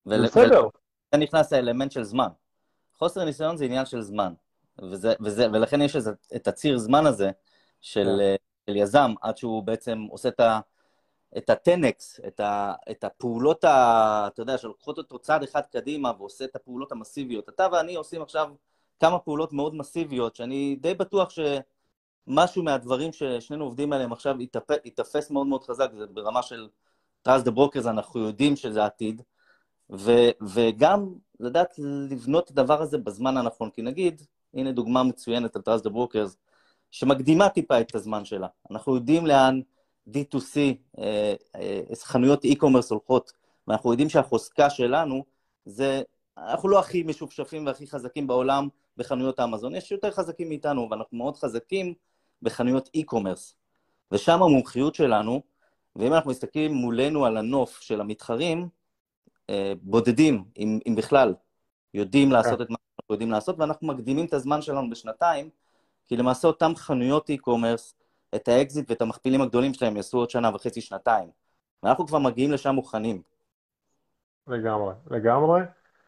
S3: זה
S2: ול-
S3: בסדר.
S2: ולכן נכנס האלמנט של זמן. חוסר ניסיון זה עניין של זמן, וזה, וזה, ולכן יש איזה, את הציר זמן הזה של,
S3: כן.
S2: של יזם, עד שהוא בעצם עושה את ה... את הטנקס, את, ה, את הפעולות, ה, אתה יודע, שלוקחות אותו צעד אחד קדימה ועושה את הפעולות המסיביות. אתה ואני עושים עכשיו כמה פעולות מאוד מסיביות, שאני די בטוח שמשהו מהדברים ששנינו עובדים עליהם עכשיו יתפס מאוד מאוד חזק, זה ברמה של Trust the Brokers, אנחנו יודעים שזה העתיד, ו, וגם לדעת לבנות את הדבר הזה בזמן הנכון, כי נגיד, הנה דוגמה מצוינת על Trust the Brokers, שמקדימה טיפה את הזמן שלה. אנחנו יודעים לאן די טו סי, אה, אה, חנויות e-commerce הולכות, ואנחנו יודעים שהחוזקה שלנו, זה, אנחנו לא הכי משופשפים והכי חזקים בעולם בחנויות האמזון, יש יותר חזקים מאיתנו, ואנחנו מאוד חזקים בחנויות e-commerce, ושם המומחיות שלנו, ואם אנחנו מסתכלים מולנו על הנוף של המתחרים, אה, בודדים, אם, אם בכלל, יודעים לעשות את מה שאנחנו יודעים לעשות, ואנחנו מקדימים את הזמן שלנו בשנתיים, כי למעשה אותם חנויות e-commerce, את האקזיט ואת המכפילים הגדולים שלהם יעשו עוד שנה וחצי, שנתיים. ואנחנו כבר מגיעים לשם מוכנים.
S3: לגמרי, לגמרי.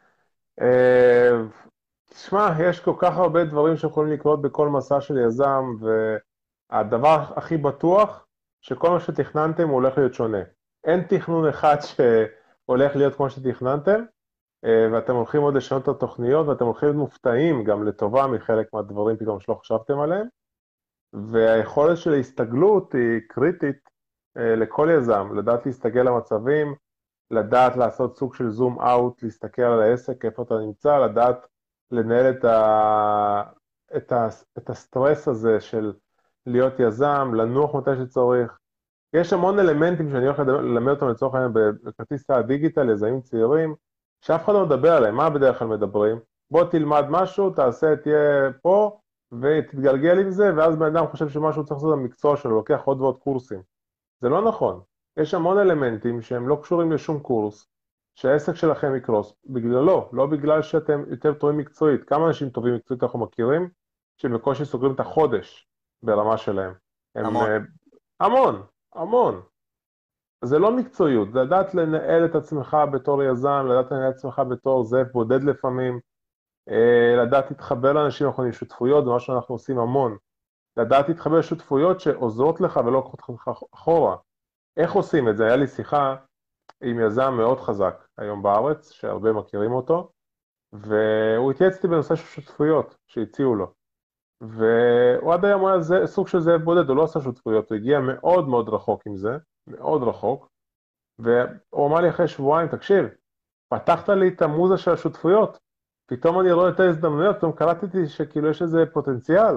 S3: אה, תשמע, יש כל כך הרבה דברים שיכולים לקרות בכל מסע של יזם, והדבר הכי בטוח, שכל מה שתכננתם הוא הולך להיות שונה. אין תכנון אחד שהולך להיות כמו שתכננתם, אה, ואתם הולכים עוד לשנות את התוכניות, ואתם הולכים להיות מופתעים גם לטובה מחלק מהדברים פתאום שלא חשבתם עליהם. והיכולת של ההסתגלות היא קריטית אה, לכל יזם, לדעת להסתגל למצבים, לדעת לעשות סוג של זום אאוט, להסתכל על העסק, איפה אתה נמצא, לדעת לנהל את, ה... את, ה... את הסטרס הזה של להיות יזם, לנוח מתי שצורך. יש המון אלמנטים שאני הולך ללמד אותם לצורך העניין בכרטיס הדיגיטל, יזמים צעירים, שאף אחד לא מדבר עליהם. מה בדרך כלל מדברים? בוא תלמד משהו, תעשה, תהיה פה, ותתגלגל עם זה, ואז בן אדם חושב שמשהו צריך לעשות במקצוע שלו, לוקח עוד ועוד קורסים. זה לא נכון. יש המון אלמנטים שהם לא קשורים לשום קורס, שהעסק שלכם יקרוס בגללו, לא בגלל שאתם יותר טובים מקצועית. כמה אנשים טובים מקצועית אנחנו מכירים, שבקושי סוגרים את החודש ברמה שלהם. הם,
S2: המון.
S3: המון, המון. זה לא מקצועיות, זה לדעת לנהל את עצמך בתור יזם, לדעת לנהל את עצמך בתור זאב בודד לפעמים, לדעת להתחבר לאנשים נכונים, שותפויות, זה מה שאנחנו עושים המון. לדעת להתחבר לשותפויות שעוזרות לך ולא לוקחות לך אחורה. איך עושים את זה? היה לי שיחה עם יזם מאוד חזק היום בארץ, שהרבה מכירים אותו, והוא התייעץ איתי בנושא של שותפויות שהציעו לו. והוא עד היום היה זה, סוג של זאב בודד, הוא לא עשה שותפויות, הוא הגיע מאוד מאוד רחוק עם זה, מאוד רחוק, והוא אמר לי אחרי שבועיים, תקשיב, פתחת לי את המוזה של השותפויות, פתאום אני רואה את ההזדמנויות, פתאום קלטתי שכאילו יש איזה פוטנציאל,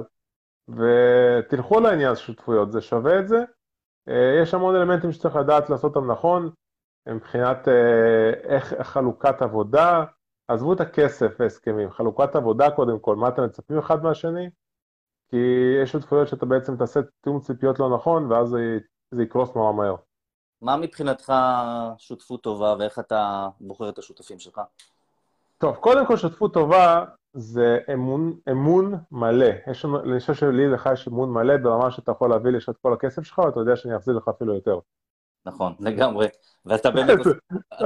S3: ותלכו לעניין שותפויות, זה שווה את זה. יש המון אלמנטים שצריך לדעת לעשות אותם נכון, מבחינת איך חלוקת עבודה, עזבו את הכסף והסכמים, חלוקת עבודה קודם כל, מה אתם מצפים אחד מהשני, כי יש שותפויות שאתה בעצם תעשה תיאום ציפיות לא נכון, ואז זה, זה יקרוס נורא מהר.
S2: מה מבחינתך שותפות טובה, ואיך אתה בוחר את השותפים שלך?
S3: טוב, קודם כל שותפות טובה זה אמון, אמון מלא. יש לנו, אני חושב שלי לך יש אמון מלא ברמה שאתה יכול להביא לי את כל הכסף שלך, ואתה יודע שאני אחזיר לך אפילו יותר.
S2: נכון, לגמרי. ואתה באמת עושה...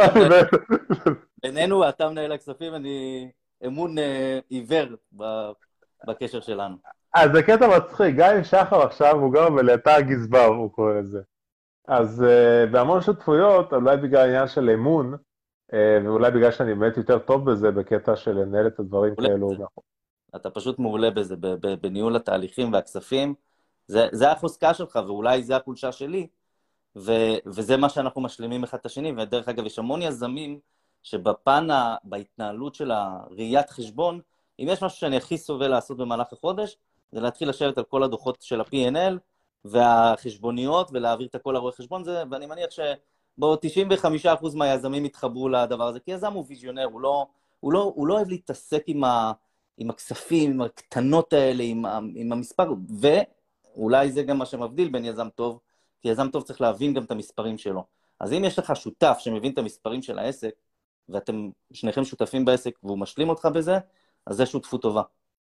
S2: בינינו, אתה מנהל הכספים, אני אמון עיוור בקשר שלנו. אז
S3: זה קטע מצחיק, גיא שחר עכשיו הוא גר בלהטה הגזבר, הוא קורא לזה. אז בהמון שותפויות, אולי בגלל העניין של אמון, ואולי בגלל שאני באמת יותר טוב בזה, בקטע של לנהל את הדברים כאלו.
S2: אתה פשוט מעולה בזה, בניהול התהליכים והכספים, זה החוזקה שלך, ואולי זה החולשה שלי, וזה מה שאנחנו משלימים אחד את השני, ודרך אגב, יש המון יזמים, שבפן, בהתנהלות של הראיית חשבון, אם יש משהו שאני הכי סובל לעשות במהלך החודש, זה להתחיל לשבת על כל הדוחות של ה-פי אנד אל, והחשבוניות, ולהעביר את הכל לרואה חשבון, ואני מניח ש... בו תשעים וחמישה אחוז מהיזמים יתחברו לדבר הזה, כי יזם הוא ויזיונר, הוא לא, הוא לא, הוא לא אוהב להתעסק עם, ה, עם הכספים, עם הקטנות האלה, עם, עם המספר, ואולי זה גם מה שמבדיל בין יזם טוב, כי יזם טוב צריך להבין גם את המספרים שלו. אז אם יש לך שותף שמבין את המספרים של העסק, ואתם שניכם שותפים בעסק, והוא משלים אותך בזה, אז זה שותפות טובה.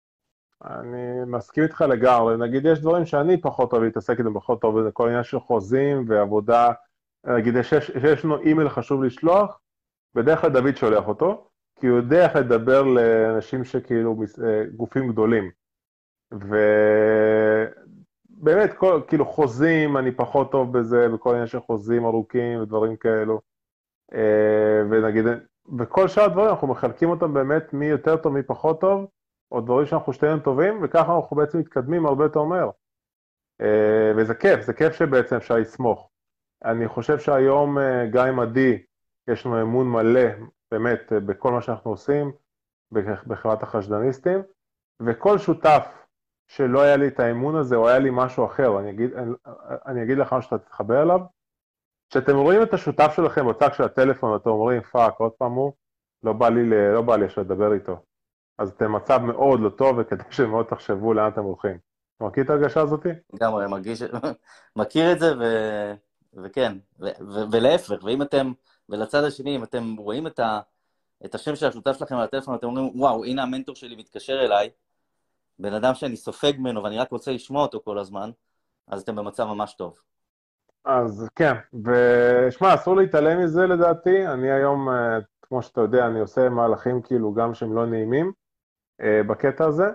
S3: אני מסכים איתך לגמרי. נגיד, יש דברים שאני פחות אוהב להתעסק איתם, פחות טוב, זה כל עניין של חוזים ועבודה, נגיד, שיש לנו אימייל חשוב לשלוח, בדרך כלל דוד שולח אותו, כי הוא יודע איך לדבר לאנשים שכאילו גופים גדולים. ובאמת, כל, כאילו חוזים, אני פחות טוב בזה, בכל עניין של חוזים ארוכים ודברים כאלו. ונגיד, וכל שאר הדברים אנחנו מחלקים אותם באמת מי יותר טוב, מי פחות טוב, או דברים שאנחנו שתינו טובים, וככה אנחנו בעצם מתקדמים הרבה יותר מהר. וזה כיף, זה כיף שבעצם אפשר לסמוך. אני חושב שהיום גם עם עדי, יש לנו אמון מלא, באמת, בכל מה שאנחנו עושים, בחברת החשדניסטים, וכל שותף שלא היה לי את האמון הזה, או היה לי משהו אחר, אני אגיד, אני, אני אגיד לך שאתה תתחבר אליו, כשאתם רואים את השותף שלכם בצד של הטלפון, אתם אומרים, פאק, עוד פעם הוא, לא בא לי, לא בא לי לדבר איתו. אז אתם מצב מאוד לא טוב, וכדי שמאוד תחשבו לאן אתם הולכים. אתה מכיר את הרגשה הזאתי?
S2: גם אני מרגיש, מכיר את זה, ו... וכן, ו... ו... ולהפך, ואם אתם, ולצד השני, אם אתם רואים את, ה... את השם של השותף שלכם על הטלפון, אתם אומרים, וואו, הנה המנטור שלי מתקשר אליי, בן אדם שאני סופג ממנו, ואני רק רוצה לשמוע אותו כל הזמן, אז אתם במצב ממש טוב.
S3: אז כן, ושמע, אסור להתעלם מזה לדעתי, אני היום, כמו שאתה יודע, אני עושה מהלכים כאילו גם שהם לא נעימים, בקטע הזה,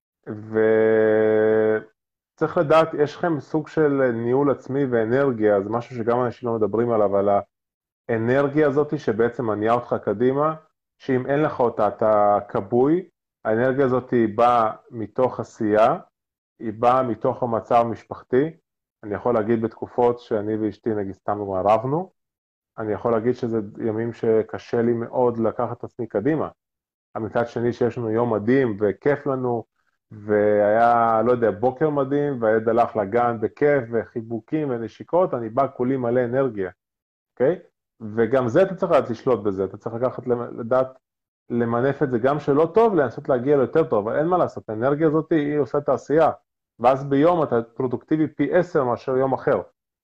S3: וצריך לדעת, יש לכם סוג של ניהול עצמי ואנרגיה, זה משהו שגם אנשים לא מדברים עליו, על האנרגיה הזאת שבעצם מניעה אותך קדימה, שאם אין לך אותה אתה קבוי, האנרגיה הזאת היא באה מתוך עשייה, היא באה מתוך המצב המשפחתי, אני יכול להגיד בתקופות שאני ואשתי נגיד סתם רבנו, אני יכול להגיד שזה ימים שקשה לי מאוד לקחת את עצמי קדימה, המצד שני שיש לנו יום מדהים וכיף לנו, והיה, לא יודע, בוקר מדהים, והילד הלך לגן בכיף, וחיבוקים ונשיקות, אני בא כולי מלא אנרגיה, אוקיי? וגם זה אתה צריך לדעת לשלוט בזה, אתה צריך לקחת, לדעת למנף את זה גם שלא טוב, לנסות להגיע ליותר טוב, אבל אין מה לעשות, האנרגיה הזאת היא עושה את העשייה, ואז ביום אתה פרודוקטיבי פי עשר מאשר יום אחר,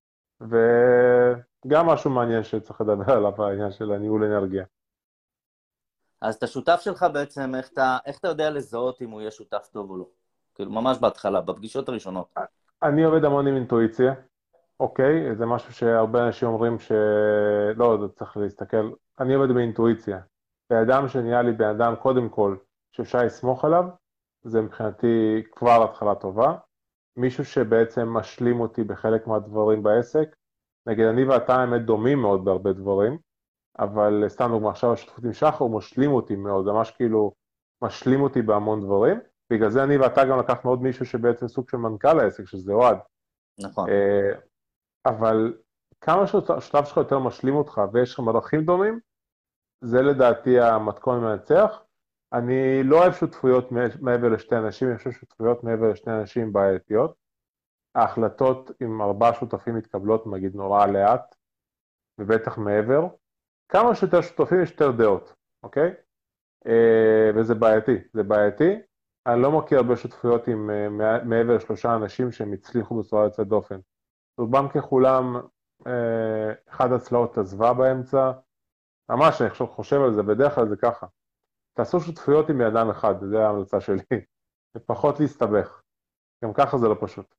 S3: וגם משהו מעניין שצריך לדבר עליו, העניין של הניהול אנרגיה.
S2: אז את השותף שלך בעצם, איך אתה, איך אתה יודע לזהות אם הוא יהיה שותף טוב או לא? כאילו, ממש בהתחלה, בפגישות הראשונות.
S3: אני עובד המון עם אינטואיציה, אוקיי? זה משהו שהרבה אנשים אומרים שלא, זה צריך להסתכל. אני עובד באינטואיציה. באדם שנהיה לי באדם, קודם כל, שאפשר לסמוך עליו, זה מבחינתי כבר התחלה טובה. מישהו שבעצם משלים אותי בחלק מהדברים בעסק. נגיד, אני ואתה האמת דומים מאוד בהרבה דברים, אבל סתם דוגמא, עכשיו השותפות עם שחר, הוא משלים אותי מאוד, זה ממש כאילו משלים אותי בהמון דברים, בגלל זה אני ואתה גם לקחנו עוד מישהו שבעצם סוג של מנכ"ל העסק, שזה אוהד.
S2: נכון.
S3: אבל כמה שהשותף שלך יותר משלים אותך, ויש לך מלאכים דומים, זה לדעתי המתכון מנצח. אני לא אוהב שותפויות מעבר לשתי אנשים, אני חושב שותפויות מעבר לשתי אנשים בעייתיות. ההחלטות עם ארבעה שותפים מתקבלות, נגיד נורא לאט, ובטח מעבר. כמה שיותר שותפים יש יותר דעות, אוקיי? וזה בעייתי, זה בעייתי. אני לא מכיר הרבה שותפויות עם מעבר לשלושה אנשים שהם הצליחו בצורה יוצאת דופן. רובם ככולם, אחד הצלעות עזבה באמצע, ממש אני חושב על זה, בדרך כלל זה ככה. תעשו שותפויות עם אדם אחד, זה ההמלצה שלי, ופחות להסתבך. גם ככה זה לא פשוט.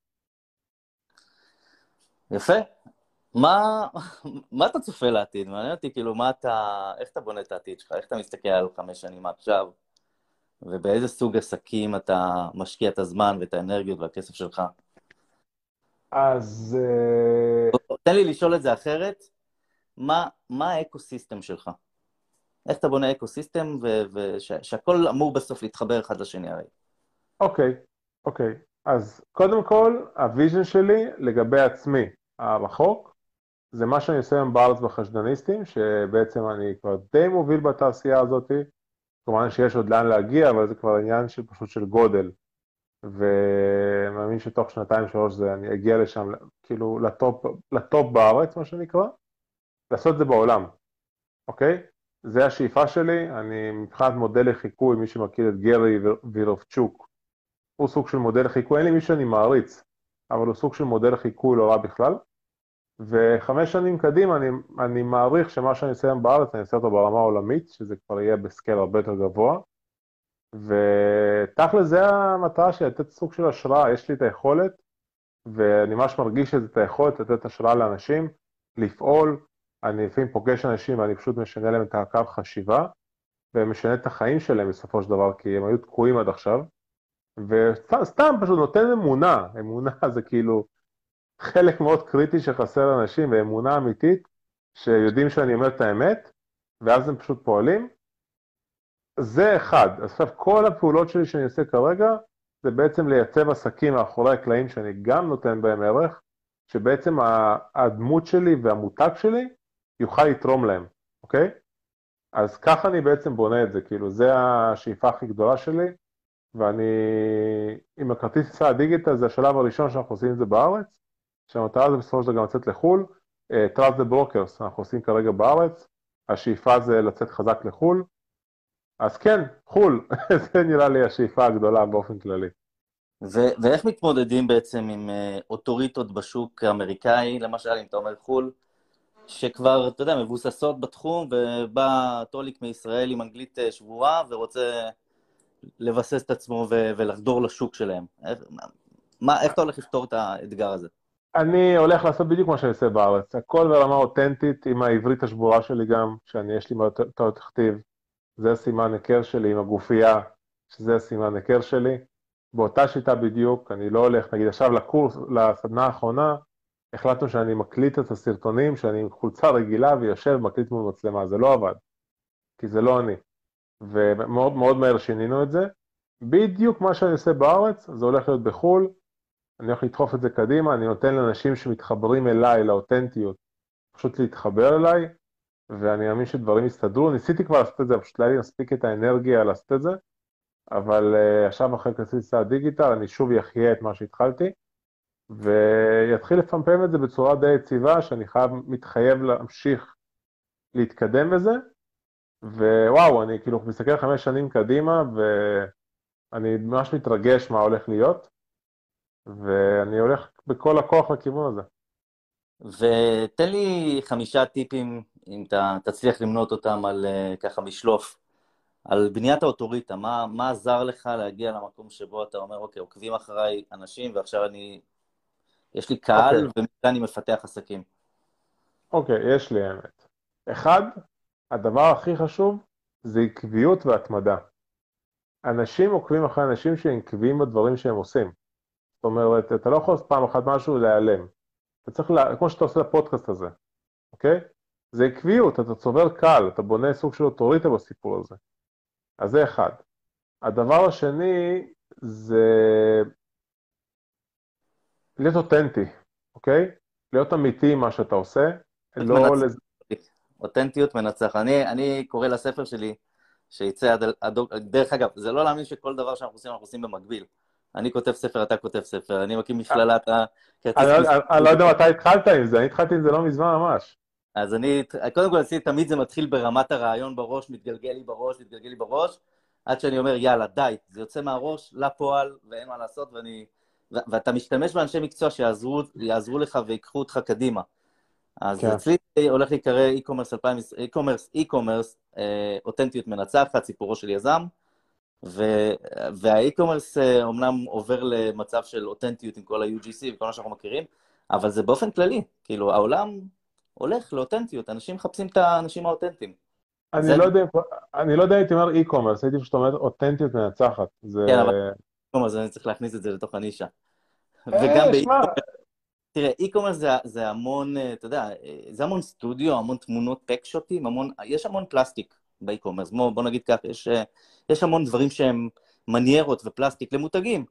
S2: יפה. מה, מה אתה צופה לעתיד? מעניין אותי, כאילו, מה אתה, איך אתה בונה את העתיד שלך? איך אתה מסתכל על חמש שנים עכשיו? ובאיזה סוג עסקים אתה משקיע את הזמן ואת האנרגיות והכסף שלך?
S3: אז...
S2: תן לי לשאול את זה אחרת. מה, מה האקוסיסטם שלך? איך אתה בונה אקוסיסטם ושהכל אמור בסוף להתחבר אחד לשני הרי?
S3: אוקיי, אוקיי. אז קודם כל, הוויז'ן שלי לגבי עצמי הרחוק, זה מה שאני עושה עם בארץ בחשדניסטים, שבעצם אני כבר די מוביל בתעשייה הזאת, כמובן שיש עוד לאן להגיע, אבל זה כבר עניין של פשוט של גודל, ומאמין שתוך שנתיים שלוש זה, אני אגיע לשם, כאילו לטופ, לטופ בארץ, מה שנקרא, לעשות את זה בעולם, אוקיי? זה השאיפה שלי, אני מבחינת מודל לחיקוי, מי שמכיר את גרי וירובצ'וק, הוא סוג של מודל לחיקוי, אין לי מי שאני מעריץ, אבל הוא סוג של מודל לחיקוי לא רע בכלל, וחמש שנים קדימה אני, אני מעריך שמה שאני אסיים בארץ, אני אעשה אותו ברמה העולמית, שזה כבר יהיה בסקייל הרבה יותר גבוה, ותכל'ס זה המטרה שלי, לתת סוג של השראה, יש לי את היכולת, ואני ממש מרגיש את היכולת לתת השראה לאנשים, לפעול, אני לפעמים פוגש אנשים ואני פשוט משנה להם את הקו חשיבה, ומשנה את החיים שלהם בסופו של דבר, כי הם היו תקועים עד עכשיו, וסתם פשוט נותן אמונה, אמונה זה כאילו חלק מאוד קריטי שחסר לאנשים, ואמונה אמיתית, שיודעים שאני אומר את האמת, ואז הם פשוט פועלים. זה אחד. אז עכשיו כל הפעולות שלי שאני עושה כרגע, זה בעצם לייצב עסקים מאחורי הקלעים שאני גם נותן בהם ערך, שבעצם הדמות שלי והמותג שלי יוכל לתרום להם, אוקיי? אז ככה אני בעצם בונה את זה, כאילו זה השאיפה הכי גדולה שלי, ואני, עם הכרטיס טיסה הדיגיטל, זה השלב הראשון שאנחנו עושים את זה בארץ, שהמטרה זה בסופו של דבר גם לצאת לחול, Trust the Brokers, אנחנו עושים כרגע בארץ, השאיפה זה לצאת חזק לחול, אז כן, חול, זה נראה לי השאיפה הגדולה באופן כללי.
S2: ו- ואיך מתמודדים בעצם עם uh, אוטוריטות בשוק האמריקאי, למשל אם אתה אומר חול, שכבר, אתה יודע, מבוססות בתחום, ובא טוליק מישראל עם אנגלית uh, שבורה, ורוצה לבסס את עצמו ו- ולחדור לשוק שלהם. איך, מה, איך אתה הולך לפתור את האתגר הזה?
S3: אני הולך לעשות בדיוק מה שאני עושה בארץ, הכל ברמה אותנטית, עם העברית השבורה שלי גם, שאני יש לי מאוד תכתיב, זה הסימן היכר שלי עם הגופייה, שזה הסימן היכר שלי, באותה שיטה בדיוק, אני לא הולך, נגיד עכשיו לקורס, לסדנה האחרונה, החלטנו שאני מקליט את הסרטונים, שאני עם חולצה רגילה ויושב מקליט מול מצלמה, זה לא עבד, כי זה לא אני, ומאוד מאוד מהר שינינו את זה, בדיוק מה שאני עושה בארץ, זה הולך להיות בחול, אני הולך לדחוף את זה קדימה, אני נותן לאנשים שמתחברים אליי, לאותנטיות, פשוט להתחבר אליי, ואני מאמין שדברים יסתדרו, ניסיתי כבר לעשות את זה, פשוט לא היה לי מספיק את האנרגיה לעשות את זה, אבל uh, עכשיו אחרי כרטיס טיסה דיגיטל, אני שוב יחיה את מה שהתחלתי, ויתחיל לפמפם את זה בצורה די יציבה, שאני חייב, מתחייב להמשיך להתקדם בזה, ווואו, אני כאילו מסתכל חמש שנים קדימה, ואני ממש מתרגש מה הולך להיות, ואני הולך בכל הכוח לכיוון הזה.
S2: ותן לי חמישה טיפים, אם אתה תצליח למנות אותם על uh, ככה משלוף, על בניית האוטוריטה, מה, מה עזר לך להגיע למקום שבו אתה אומר, אוקיי, עוקבים אחריי אנשים, ועכשיו אני, יש לי קהל,
S3: אוקיי,
S2: ומכאן אני מפתח עסקים.
S3: אוקיי, יש לי האמת. אחד, הדבר הכי חשוב, זה עקביות והתמדה. אנשים עוקבים אחרי אנשים שהם עקביים בדברים שהם עושים. זאת אומרת, אתה לא יכול לעשות פעם אחת משהו להיעלם. אתה צריך, לה... כמו שאתה עושה לפודקאסט הזה, אוקיי? זה עקביות, אתה צובר קל, אתה בונה סוג של אוטוריטה בסיפור הזה. אז זה אחד. הדבר השני זה להיות אותנטי, אוקיי? להיות אמיתי מה שאתה עושה, לא לזה...
S2: אותנטיות מנצח. אני, אני קורא לספר שלי, שיצא עד, עד, דרך אגב, זה לא להאמין שכל דבר שאנחנו עושים, אנחנו עושים במקביל. אני כותב ספר, אתה כותב ספר, אני מקים מכללה, אתה...
S3: אני לא יודע מתי התחלת עם זה, אני התחלתי עם זה לא מזמן ממש.
S2: אז אני, קודם כל, עשיתי, תמיד זה מתחיל ברמת הרעיון בראש, מתגלגל לי בראש, מתגלגל לי בראש, עד שאני אומר, יאללה, די, זה יוצא מהראש לפועל, ואין מה לעשות, ואני... ו- ואתה משתמש באנשי מקצוע שיעזרו, יעזרו לך ויקחו אותך קדימה. אז
S3: כן.
S2: אצלי הולך להיקרא e-commerce, e-commerce, e-commerce, אותנטיות מנצחת, סיפורו של יזם, וה-e-commerce אומנם עובר למצב של אותנטיות עם כל ה-יו ג'י סי וכל מה שאנחנו מכירים, אבל זה באופן כללי, כאילו העולם הולך לאותנטיות, אנשים מחפשים את האנשים האותנטיים.
S3: אני לא יודע, אני לא יודע הייתי אומר e-commerce, הייתי פשוט אומר אותנטיות מנצחת.
S2: כן, אבל e-commerce אני צריך להכניס את זה לתוך הנישה.
S3: אה, שמע.
S2: תראה, e-commerce זה, זה המון, אתה יודע, זה המון סטודיו, המון תמונות טקשוטים, המון, יש המון פלסטיק באי-קומרס, בוא, בוא נגיד כך, יש, יש המון דברים שהם מניירות ופלסטיק למותגים,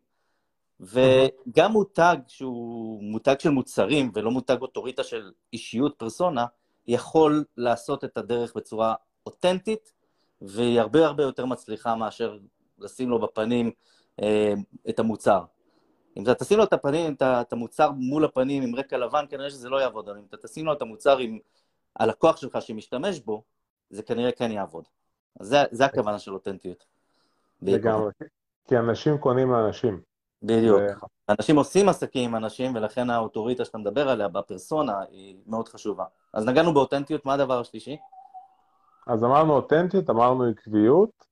S2: וגם מותג שהוא מותג של מוצרים, ולא מותג אוטוריטה של אישיות פרסונה, יכול לעשות את הדרך בצורה אותנטית, והיא הרבה הרבה יותר מצליחה מאשר לשים לו בפנים אה, את המוצר. אם אתה תשים לו את הפנים, את המוצר מול הפנים עם רקע לבן, כנראה שזה לא יעבוד, אבל אם אתה תשים לו את המוצר עם הלקוח שלך שמשתמש בו, זה כנראה כן יעבוד. אז זה, זה הכוונה של אותנטיות.
S3: לגמרי, כי אנשים קונים לאנשים.
S2: בדיוק. ו... אנשים עושים עסקים עם אנשים, ולכן האוטוריטה שאתה מדבר עליה, בפרסונה, היא מאוד חשובה. אז נגענו באותנטיות, מה הדבר השלישי?
S3: אז אמרנו אותנטיות, אמרנו עקביות.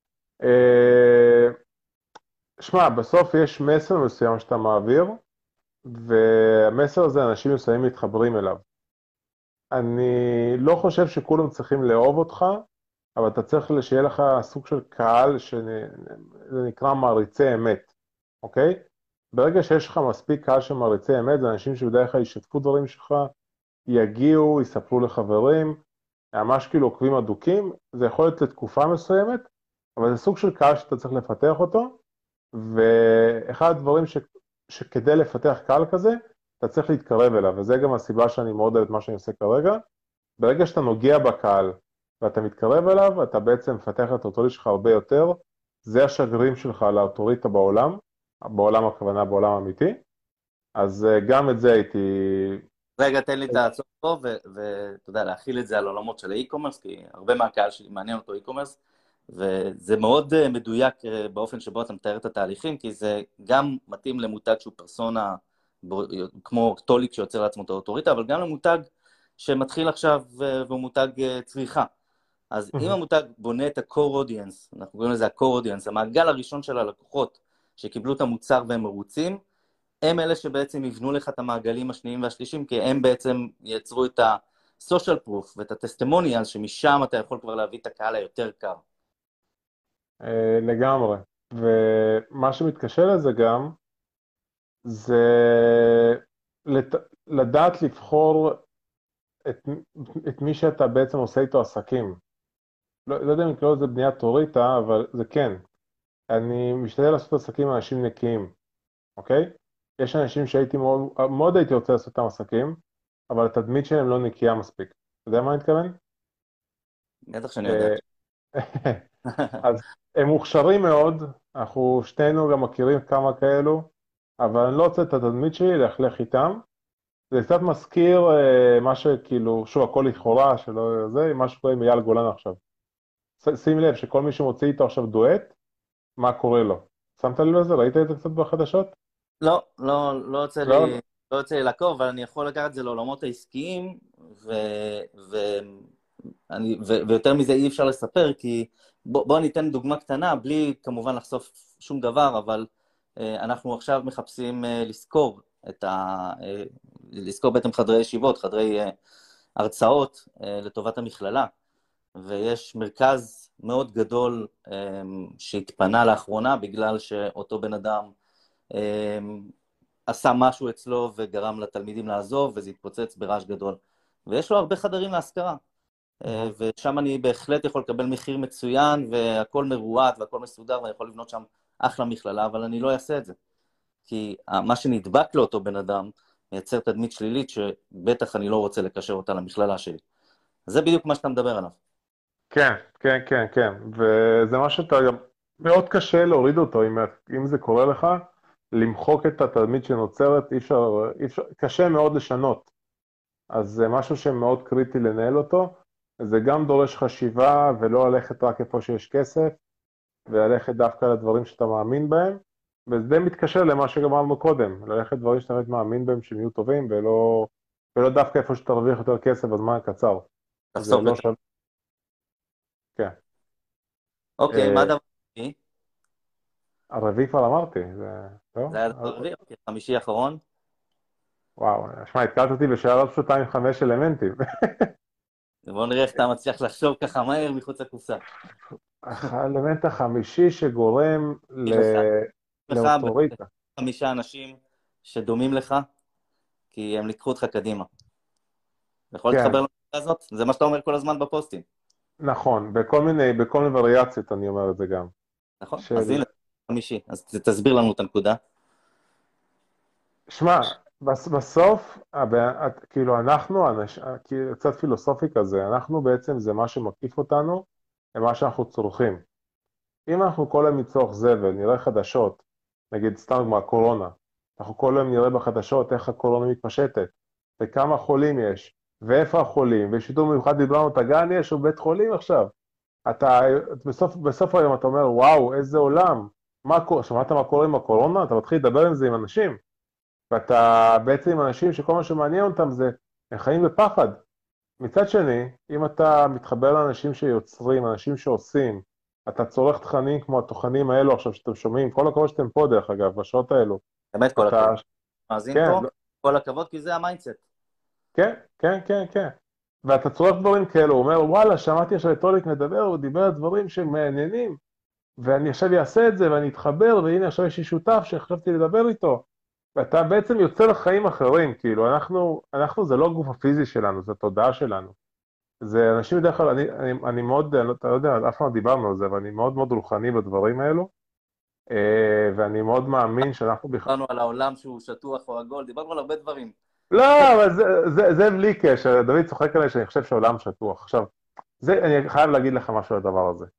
S3: אה... שמע, בסוף יש מסר מסוים שאתה מעביר, והמסר הזה אנשים מסוימים מתחברים אליו. אני לא חושב שכולם צריכים לאהוב אותך, אבל אתה צריך שיהיה לך סוג של קהל שזה נקרא מעריצי אמת, אוקיי? ברגע שיש לך מספיק קהל של מעריצי אמת, זה אנשים שבדרך כלל ישתפו דברים שלך, יגיעו, יספרו לחברים, ממש כאילו עוקבים אדוקים, זה יכול להיות לתקופה מסוימת, אבל זה סוג של קהל שאתה צריך לפתח אותו, ואחד הדברים ש... שכדי לפתח קהל כזה, אתה צריך להתקרב אליו, וזה גם הסיבה שאני מאוד אוהב את מה שאני עושה כרגע. ברגע שאתה נוגע בקהל ואתה מתקרב אליו, אתה בעצם מפתח את האוטוריטה שלך הרבה יותר, זה השגרירים שלך לאוטוריטה בעולם, בעולם הכוונה, בעולם האמיתי, אז גם את זה הייתי...
S2: רגע, תן לי את העצור פה, ואתה יודע, להכיל את זה על עולמות של האי-קומרס, כי הרבה מהקהל שלי מעניין אותו אי-קומרס, וזה מאוד מדויק באופן שבו אתה מתאר את התהליכים, כי זה גם מתאים למותג שהוא פרסונה, כמו טוליק שיוצר לעצמו את האוטוריטה, אבל גם למותג שמתחיל עכשיו והוא מותג צריכה. אז אם המותג בונה את ה-core audience, אנחנו קוראים לזה ה-core audience, המעגל הראשון של הלקוחות שקיבלו את המוצר והם מרוצים, הם אלה שבעצם יבנו לך את המעגלים השניים והשלישים, כי הם בעצם ייצרו את ה-social proof ואת ה-testimonial, שמשם אתה יכול כבר להביא את הקהל היותר קר.
S3: לגמרי. ומה שמתקשר לזה גם, זה לדעת לבחור את, את מי שאתה בעצם עושה איתו עסקים. לא, לא יודע אם לקרוא לזה בניית אוטוריטה, אבל זה כן. אני משתדל לעשות עסקים עם אנשים נקיים, אוקיי? יש אנשים שהייתי מאוד, מאוד הייתי רוצה לעשות אותם עסקים, אבל התדמית שלהם לא נקייה מספיק. אתה יודע מה אני מתכוון?
S2: בטח שאני יודע.
S3: אז הם מוכשרים מאוד, אנחנו שתינו גם מכירים כמה כאלו, אבל אני לא רוצה את התדמית שלי להחלך איתם. זה קצת מזכיר מה שכאילו, שוב, הכל לכאורה, שלא זה, מה שקורה עם אייל גולן עכשיו. שים לב שכל מי שמוציא איתו עכשיו דואט, מה קורה לו? שמת לב לזה? ראית את זה קצת בחדשות?
S2: לא, לא, לא יוצא
S3: לא?
S2: לי, לא יוצא לי לעקוב, אבל אני יכול לקחת את זה לעולמות העסקיים, ו, ו, אני, ו, ויותר מזה אי אפשר לספר, כי בוא, בוא ניתן דוגמה קטנה, בלי כמובן לחשוף שום דבר, אבל אה, אנחנו עכשיו מחפשים אה, לזכור את ה... אה, לזכור בעצם חדרי ישיבות, חדרי אה, הרצאות אה, לטובת המכללה, ויש מרכז מאוד גדול אה, שהתפנה לאחרונה, בגלל שאותו בן אדם אה, עשה משהו אצלו וגרם לתלמידים לעזוב, וזה התפוצץ ברעש גדול. ויש לו הרבה חדרים להשכרה. ושם אני בהחלט יכול לקבל מחיר מצוין, והכל מרועט והכל מסודר, ואני יכול לבנות שם אחלה מכללה, אבל אני לא אעשה את זה. כי מה שנדבק לאותו בן אדם, מייצר תדמית שלילית, שבטח אני לא רוצה לקשר אותה למכללה שלי. זה בדיוק מה שאתה מדבר עליו.
S3: כן, כן, כן, כן. וזה מה שאתה גם מאוד קשה להוריד אותו, אם, אם זה קורה לך, למחוק את התדמית שנוצרת, אי אפשר, אי אפשר, קשה מאוד לשנות. אז זה משהו שמאוד קריטי לנהל אותו. זה גם דורש חשיבה, ולא ללכת רק איפה שיש כסף, וללכת דווקא לדברים שאתה מאמין בהם, וזה די מתקשר למה שגמרנו קודם, ללכת דברים שאתה באמת מאמין בהם שהם יהיו טובים, ולא, ולא דווקא איפה שאתה תרוויח יותר כסף בזמן קצר. זה לא שווה. כן.
S2: אוקיי, מה הדבר הרביעי?
S3: הרביעי כבר אמרתי.
S2: זה היה הדבר הרביעי, חמישי האחרון.
S3: וואו, שמע, התקלת אותי בשאלה לא פשוטה עם חמש אלמנטים.
S2: בואו נראה איך אתה מצליח לחשוב ככה מהר מחוץ לקופסה.
S3: האלמנט החמישי שגורם לאוטוריטה.
S2: חמישה אנשים שדומים לך, כי הם לקחו אותך קדימה. יכול להתחבר לנקודה הזאת? זה מה שאתה אומר כל הזמן בפוסטים.
S3: נכון, בכל מיני, בכל מיני וריאציות אני אומר את זה גם.
S2: נכון, אז הנה, חמישי. אז תסביר לנו את הנקודה.
S3: שמע, בסוף, כאילו אנחנו, קצת פילוסופי כזה, אנחנו בעצם זה מה שמקיף אותנו, זה מה שאנחנו צורכים. אם אנחנו כל היום מצורך זבל, נראה חדשות, נגיד סתם כמו הקורונה, אנחנו כל היום נראה בחדשות איך הקורונה מתפשטת, וכמה חולים יש, ואיפה החולים, ושידור מיוחד דיברנו, את הגן יש, או בית חולים עכשיו. אתה, בסוף, בסוף היום אתה אומר, וואו, איזה עולם, מה, שמעת מה קורה עם הקורונה? אתה מתחיל לדבר עם זה עם אנשים. ואתה בעצם עם אנשים שכל מה שמעניין אותם זה, הם חיים בפחד. מצד שני, אם אתה מתחבר לאנשים שיוצרים, אנשים שעושים, אתה צורך תכנים כמו התוכנים האלו עכשיו שאתם שומעים, כל הכבוד שאתם פה דרך אגב, בשעות האלו.
S2: באמת כל הכבוד. מאזין פה, כל הכבוד, כי זה המיינדסט.
S3: כן, כן, כן, כן. ואתה צורך דברים כאלו, הוא אומר, וואלה, שמעתי עכשיו את טוליק מדבר, הוא דיבר על דברים שהם מעניינים, ואני עכשיו אעשה את זה, ואני אתחבר, והנה עכשיו יש לי שותף שחשבתי לדבר איתו. ואתה בעצם יוצא לחיים אחרים, כאילו, אנחנו, אנחנו זה לא הגוף הפיזי שלנו, זה התודעה שלנו. זה אנשים בדרך כלל, אני, אני, אני מאוד, אני לא, אתה לא יודע, אף פעם לא דיברנו על זה, אבל אני מאוד מאוד רוחני בדברים האלו, אה, ואני מאוד מאמין שאנחנו בכלל...
S2: דיברנו על העולם שהוא שטוח או עגול, דיברנו על הרבה דברים.
S3: לא, אבל זה, זה, זה בלי קשר, דוד צוחק עליי שאני חושב שהעולם שטוח. עכשיו, זה, אני חייב להגיד לך משהו על הדבר הזה.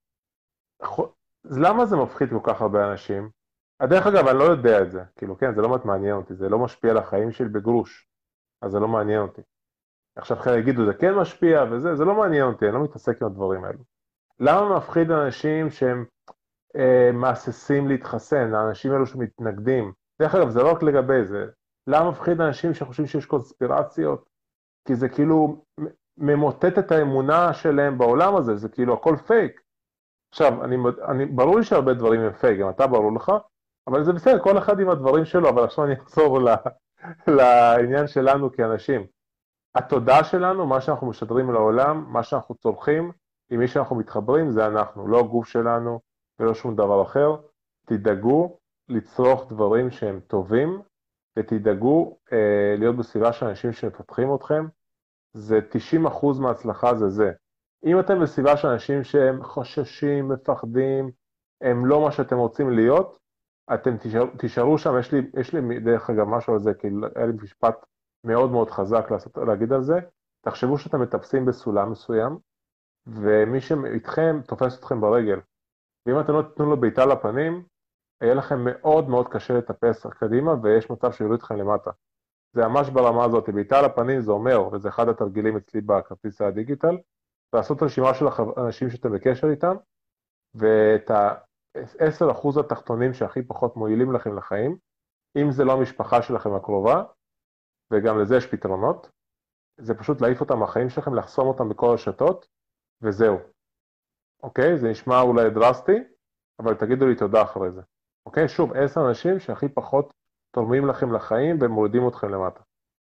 S3: אז למה זה מפחיד כל כך הרבה אנשים? דרך אגב, אני לא יודע את זה, כאילו, כן, זה לא מאוד מעניין אותי, זה לא משפיע על החיים שלי בגרוש, אז זה לא מעניין אותי. עכשיו חלק יגידו, זה כן משפיע וזה, זה לא מעניין אותי, אני לא מתעסק עם הדברים האלו. למה מפחיד אנשים שהם אה, מאססים להתחסן, האנשים האלו שמתנגדים? דרך אגב, זה לא רק לגבי זה. למה מפחיד אנשים שחושבים שיש קונספירציות? כי זה כאילו ממוטט את האמונה שלהם בעולם הזה, זה כאילו הכל פייק. עכשיו, אני, אני, ברור לי שהרבה דברים הם פייק, גם אתה ברור לך, אבל זה בסדר, כל אחד עם הדברים שלו, אבל עכשיו אני אחזור ל, לעניין שלנו כאנשים. התודעה שלנו, מה שאנחנו משדרים לעולם, מה שאנחנו צורכים, עם מי שאנחנו מתחברים, זה אנחנו, לא הגוף שלנו ולא שום דבר אחר. תדאגו לצרוך דברים שהם טובים, ותדאגו אה, להיות בסביבה של אנשים שמפתחים אתכם. זה תשעים אחוז מההצלחה, זה זה. אם אתם בסביבה של אנשים שהם חוששים, מפחדים, הם לא מה שאתם רוצים להיות, אתם תישאר, תישארו שם. יש לי, יש לי דרך אגב משהו על זה, כי היה לי משפט מאוד מאוד חזק לעשות, להגיד על זה. תחשבו שאתם מטפסים בסולם מסוים, ומי שאיתכם תופס אתכם ברגל. ואם אתם לא תתנו לו בעיטה לפנים, יהיה לכם מאוד מאוד קשה לטפס קדימה, ויש מצב שיוריד אתכם למטה. זה ממש ברמה הזאת. בעיטה לפנים זה אומר, וזה אחד התרגילים אצלי בכרטיס הדיגיטל, לעשות רשימה של האנשים שאתם בקשר איתם, ואת ה-עשרה אחוז התחתונים שהכי פחות מועילים לכם לחיים, אם זה לא המשפחה שלכם הקרובה, וגם לזה יש פתרונות, זה פשוט להעיף אותם מהחיים שלכם, לחסום אותם בכל הרשתות, וזהו. אוקיי? זה נשמע אולי דרסטי, אבל תגידו לי תודה אחרי זה. אוקיי? שוב, עשר אנשים שהכי פחות תורמים לכם לחיים, ומורידים אתכם למטה.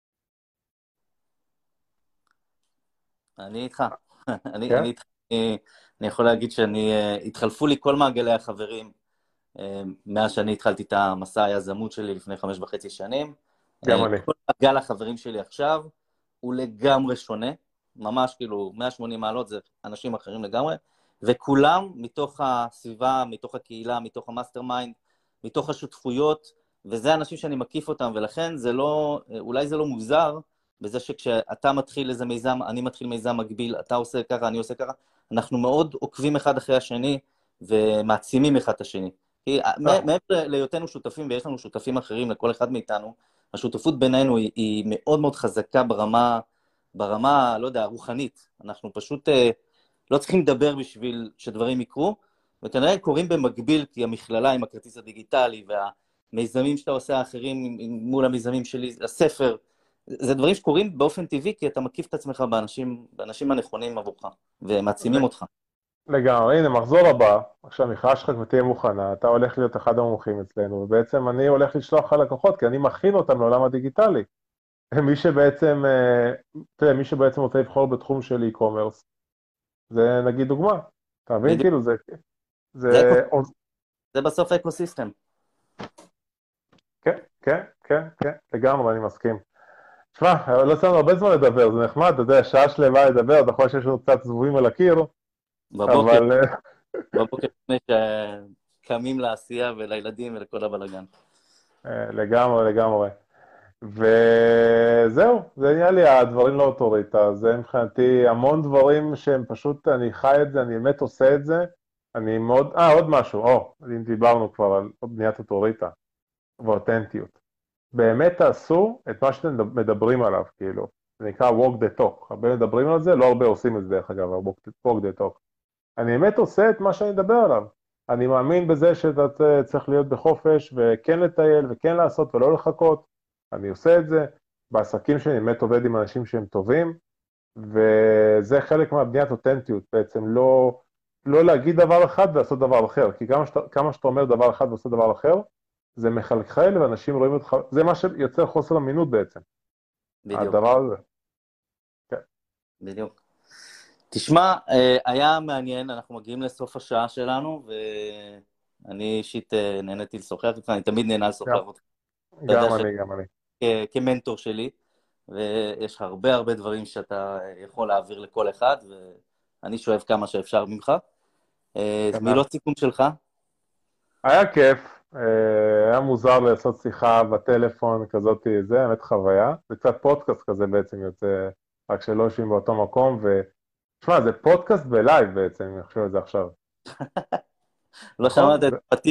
S2: אני איתך. אני,
S3: כן?
S2: אני איתך. אני, אני יכול להגיד שאני, התחלפו לי כל מעגלי החברים, מאז שאני התחלתי את המסע היזמות שלי לפני חמש וחצי שנים.
S3: גם אני.
S2: כל מעגל החברים שלי עכשיו הוא לגמרי שונה, ממש כאילו מאה ושמונים מעלות, זה אנשים אחרים לגמרי, וכולם מתוך הסביבה, מתוך הקהילה, מתוך המאסטר מיינד, מתוך השותפויות, וזה אנשים שאני מקיף אותם, ולכן זה לא, אולי זה לא מוזר, בזה שכשאתה מתחיל איזה מיזם, אני מתחיל מיזם מקביל, אתה עושה ככה, אני עושה ככה, אנחנו מאוד עוקבים אחד אחרי השני, ומעצימים אחד את השני. כי מעבר להיותנו שותפים, ויש לנו שותפים אחרים לכל אחד מאיתנו, השותפות בינינו היא, היא מאוד מאוד חזקה ברמה, ברמה, לא יודע, רוחנית. אנחנו פשוט אה, לא צריכים לדבר בשביל שדברים יקרו, וכנראה קורים במקביל, כי המכללה עם הכרטיס הדיגיטלי, והמיזמים שאתה עושה האחרים מול המיזמים שלי, הספר, זה דברים שקורים באופן טבעי, כי אתה מקיף את עצמך באנשים, באנשים הנכונים עבורך, ומעצימים אותך.
S3: לגמרי, הנה, מחזור הבא, עכשיו המכרז שלך כבר תהיה מוכנה, אתה הולך להיות אחד המומחים אצלנו, ובעצם אני הולך לשלוח לך לקוחות, כי אני מכין אותם לעולם הדיגיטלי. מי שבעצם, תראה, מי שבעצם רוצה לבחור בתחום של e-commerce, זה נגיד דוגמה, אתה מבין? כאילו זה, זה,
S2: זה,
S3: או...
S2: זה בסוף האקוסיסטם.
S3: כן, כן, כן, כן, לגמרי, אני מסכים. תשמע, לא צריך הרבה זמן לדבר, זה נחמד, אתה יודע, שעה שלמה לדבר, אתה יכול שיש לנו קצת זבובים על הקיר,
S2: בבוקר,
S3: אבל...
S2: בבוקר לפני שקמים לעשייה ולילדים ולכל הבלגן.
S3: לגמרי, לגמרי. וזהו, זה נהיה לי הדברים לא אוטוריטה, זה מבחינתי המון דברים שהם פשוט, אני חי את זה, אני באמת עושה את זה, אני מאוד, אה, עוד משהו, או, אם דיברנו כבר על בניית אוטוריטה ואותנטיות. באמת תעשו את מה שאתם מדברים עליו, כאילו, זה נקרא walk the talk, הרבה מדברים על זה, לא הרבה עושים את זה דרך אגב, walk the talk. אני באמת עושה את מה שאני מדבר עליו, אני מאמין בזה שאתה צריך להיות בחופש, וכן לטייל, וכן לעשות ולא לחכות, אני עושה את זה, בעסקים שאני באמת עובד עם אנשים שהם טובים, וזה חלק מהבניית אותנטיות בעצם, לא, לא להגיד דבר אחד ולעשות דבר אחר, כי כמה שאתה, כמה שאתה אומר דבר אחד ועושה דבר אחר, זה מחלחל ואנשים רואים אותך, זה מה שיוצר חוסר אמינות בעצם.
S2: בדיוק.
S3: הדבר הזה. כן.
S2: בדיוק. תשמע, היה מעניין, אנחנו מגיעים לסוף השעה שלנו, ואני אישית נהניתי לשוחח איתך, אני תמיד נהנה לשוחח אותך.
S3: גם אני, גם אני.
S2: כמנטור שלי, ויש לך הרבה הרבה דברים שאתה יכול להעביר לכל אחד, ואני שואב כמה שאפשר ממך. מילות סיכום שלך?
S3: היה כיף, היה מוזר לעשות שיחה בטלפון כזאת, זה האמת חוויה, זה קצת פודקאסט כזה בעצם יוצא, רק שלא יושבים באותו מקום, ותשמע, זה פודקאסט בלייב בעצם, אני חושב את זה עכשיו.
S2: לא שמעת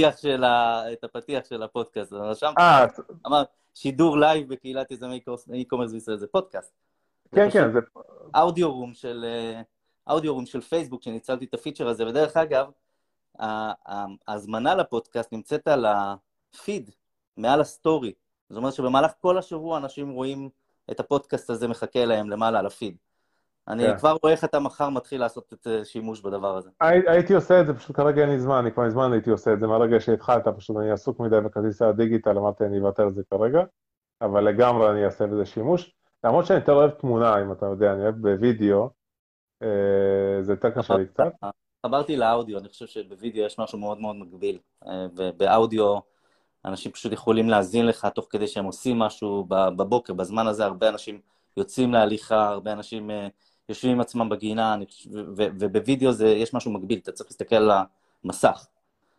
S2: את הפתיח של הפודקאסט, אמרת, שידור לייב בקהילת יזמי אי-קומרס בישראל, זה פודקאסט.
S3: כן, כן, זה...
S2: אודיו רום של, אודיו רום של פייסבוק, שניצלתי את הפיצ'ר הזה, ודרך אגב, ההזמנה לפודקאסט נמצאת על הפיד, מעל הסטורי. זאת אומרת שבמהלך כל השבוע אנשים רואים את הפודקאסט הזה מחכה להם למעלה על הפיד. אני כבר רואה איך אתה מחר מתחיל לעשות את שימוש בדבר הזה.
S3: הייתי עושה את זה, פשוט כרגע אין לי זמן, אני כבר מזמן הייתי עושה את זה, מהרגע שהתחלת, פשוט אני עסוק מדי בכרטיסי הדיגיטל, אמרתי אני אוותר על זה כרגע, אבל לגמרי אני אעשה בזה שימוש. למרות שאני יותר אוהב תמונה, אם אתה יודע, אני אוהב בווידאו, זה יותר קשה לי קצת.
S2: חברתי לאודיו, אני חושב שבווידאו יש משהו מאוד מאוד מגביל, ובאודיו אנשים פשוט יכולים להזין לך תוך כדי שהם עושים משהו בבוקר, בזמן הזה הרבה אנשים יוצאים להליכה, הרבה אנשים יושבים עם עצמם בגינה, ובווידאו יש משהו מגביל, אתה צריך להסתכל על המסך.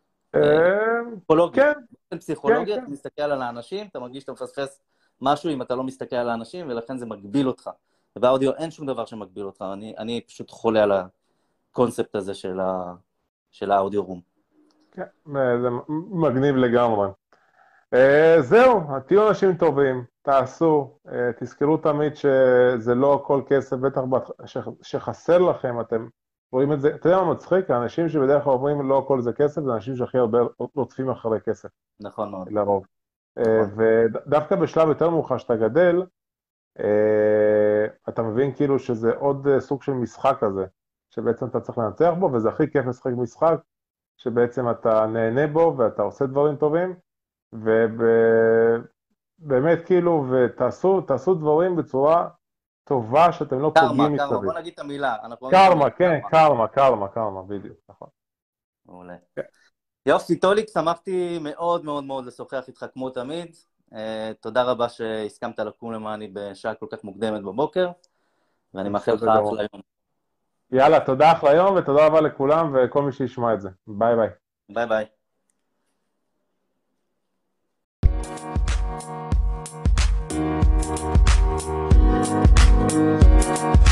S2: פסיכולוגיה, פסיכולוגיה, אתה מסתכל על האנשים, אתה מרגיש שאתה מפספס משהו אם אתה לא מסתכל על האנשים, ולכן זה מגביל אותך. ובאודיו אין שום דבר שמגביל אותך, אני פשוט חולה על הקונספט הזה של האודיו רום.
S3: כן, זה מגניב לגמרי. זהו, תהיו אנשים טובים, תעשו, תזכרו תמיד שזה לא הכל כסף, בטח שחסר לכם, אתם רואים את זה, אתה יודע מה מצחיק? האנשים שבדרך כלל אומרים לא הכל זה כסף, זה אנשים שהכי הרבה רודפים אחרי כסף.
S2: נכון מאוד.
S3: לרוב. ודווקא בשלב יותר מאוחר שאתה גדל, אתה מבין כאילו שזה עוד סוג של משחק כזה, שבעצם אתה צריך לנצח בו, וזה הכי כיף לשחק משחק, שבעצם אתה נהנה בו ואתה עושה דברים טובים, ובאמת כאילו, ותעשו תעשו דברים בצורה טובה שאתם לא פוגעים מסביב.
S2: קרמה, בוא נגיד את המילה.
S3: קרמה, כן, קרמה, קרמה, קרמה, בדיוק, נכון.
S2: מעולה. יופי, טוליק, שמחתי מאוד מאוד מאוד לשוחח איתך כמו תמיד. תודה רבה שהסכמת לקום למעני בשעה כל כך מוקדמת בבוקר, ואני מאחל לך אחלה יום.
S3: יאללה, תודה אחלה יום, ותודה רבה לכולם וכל מי שישמע את זה. ביי ביי.
S2: ביי ביי. Thank you.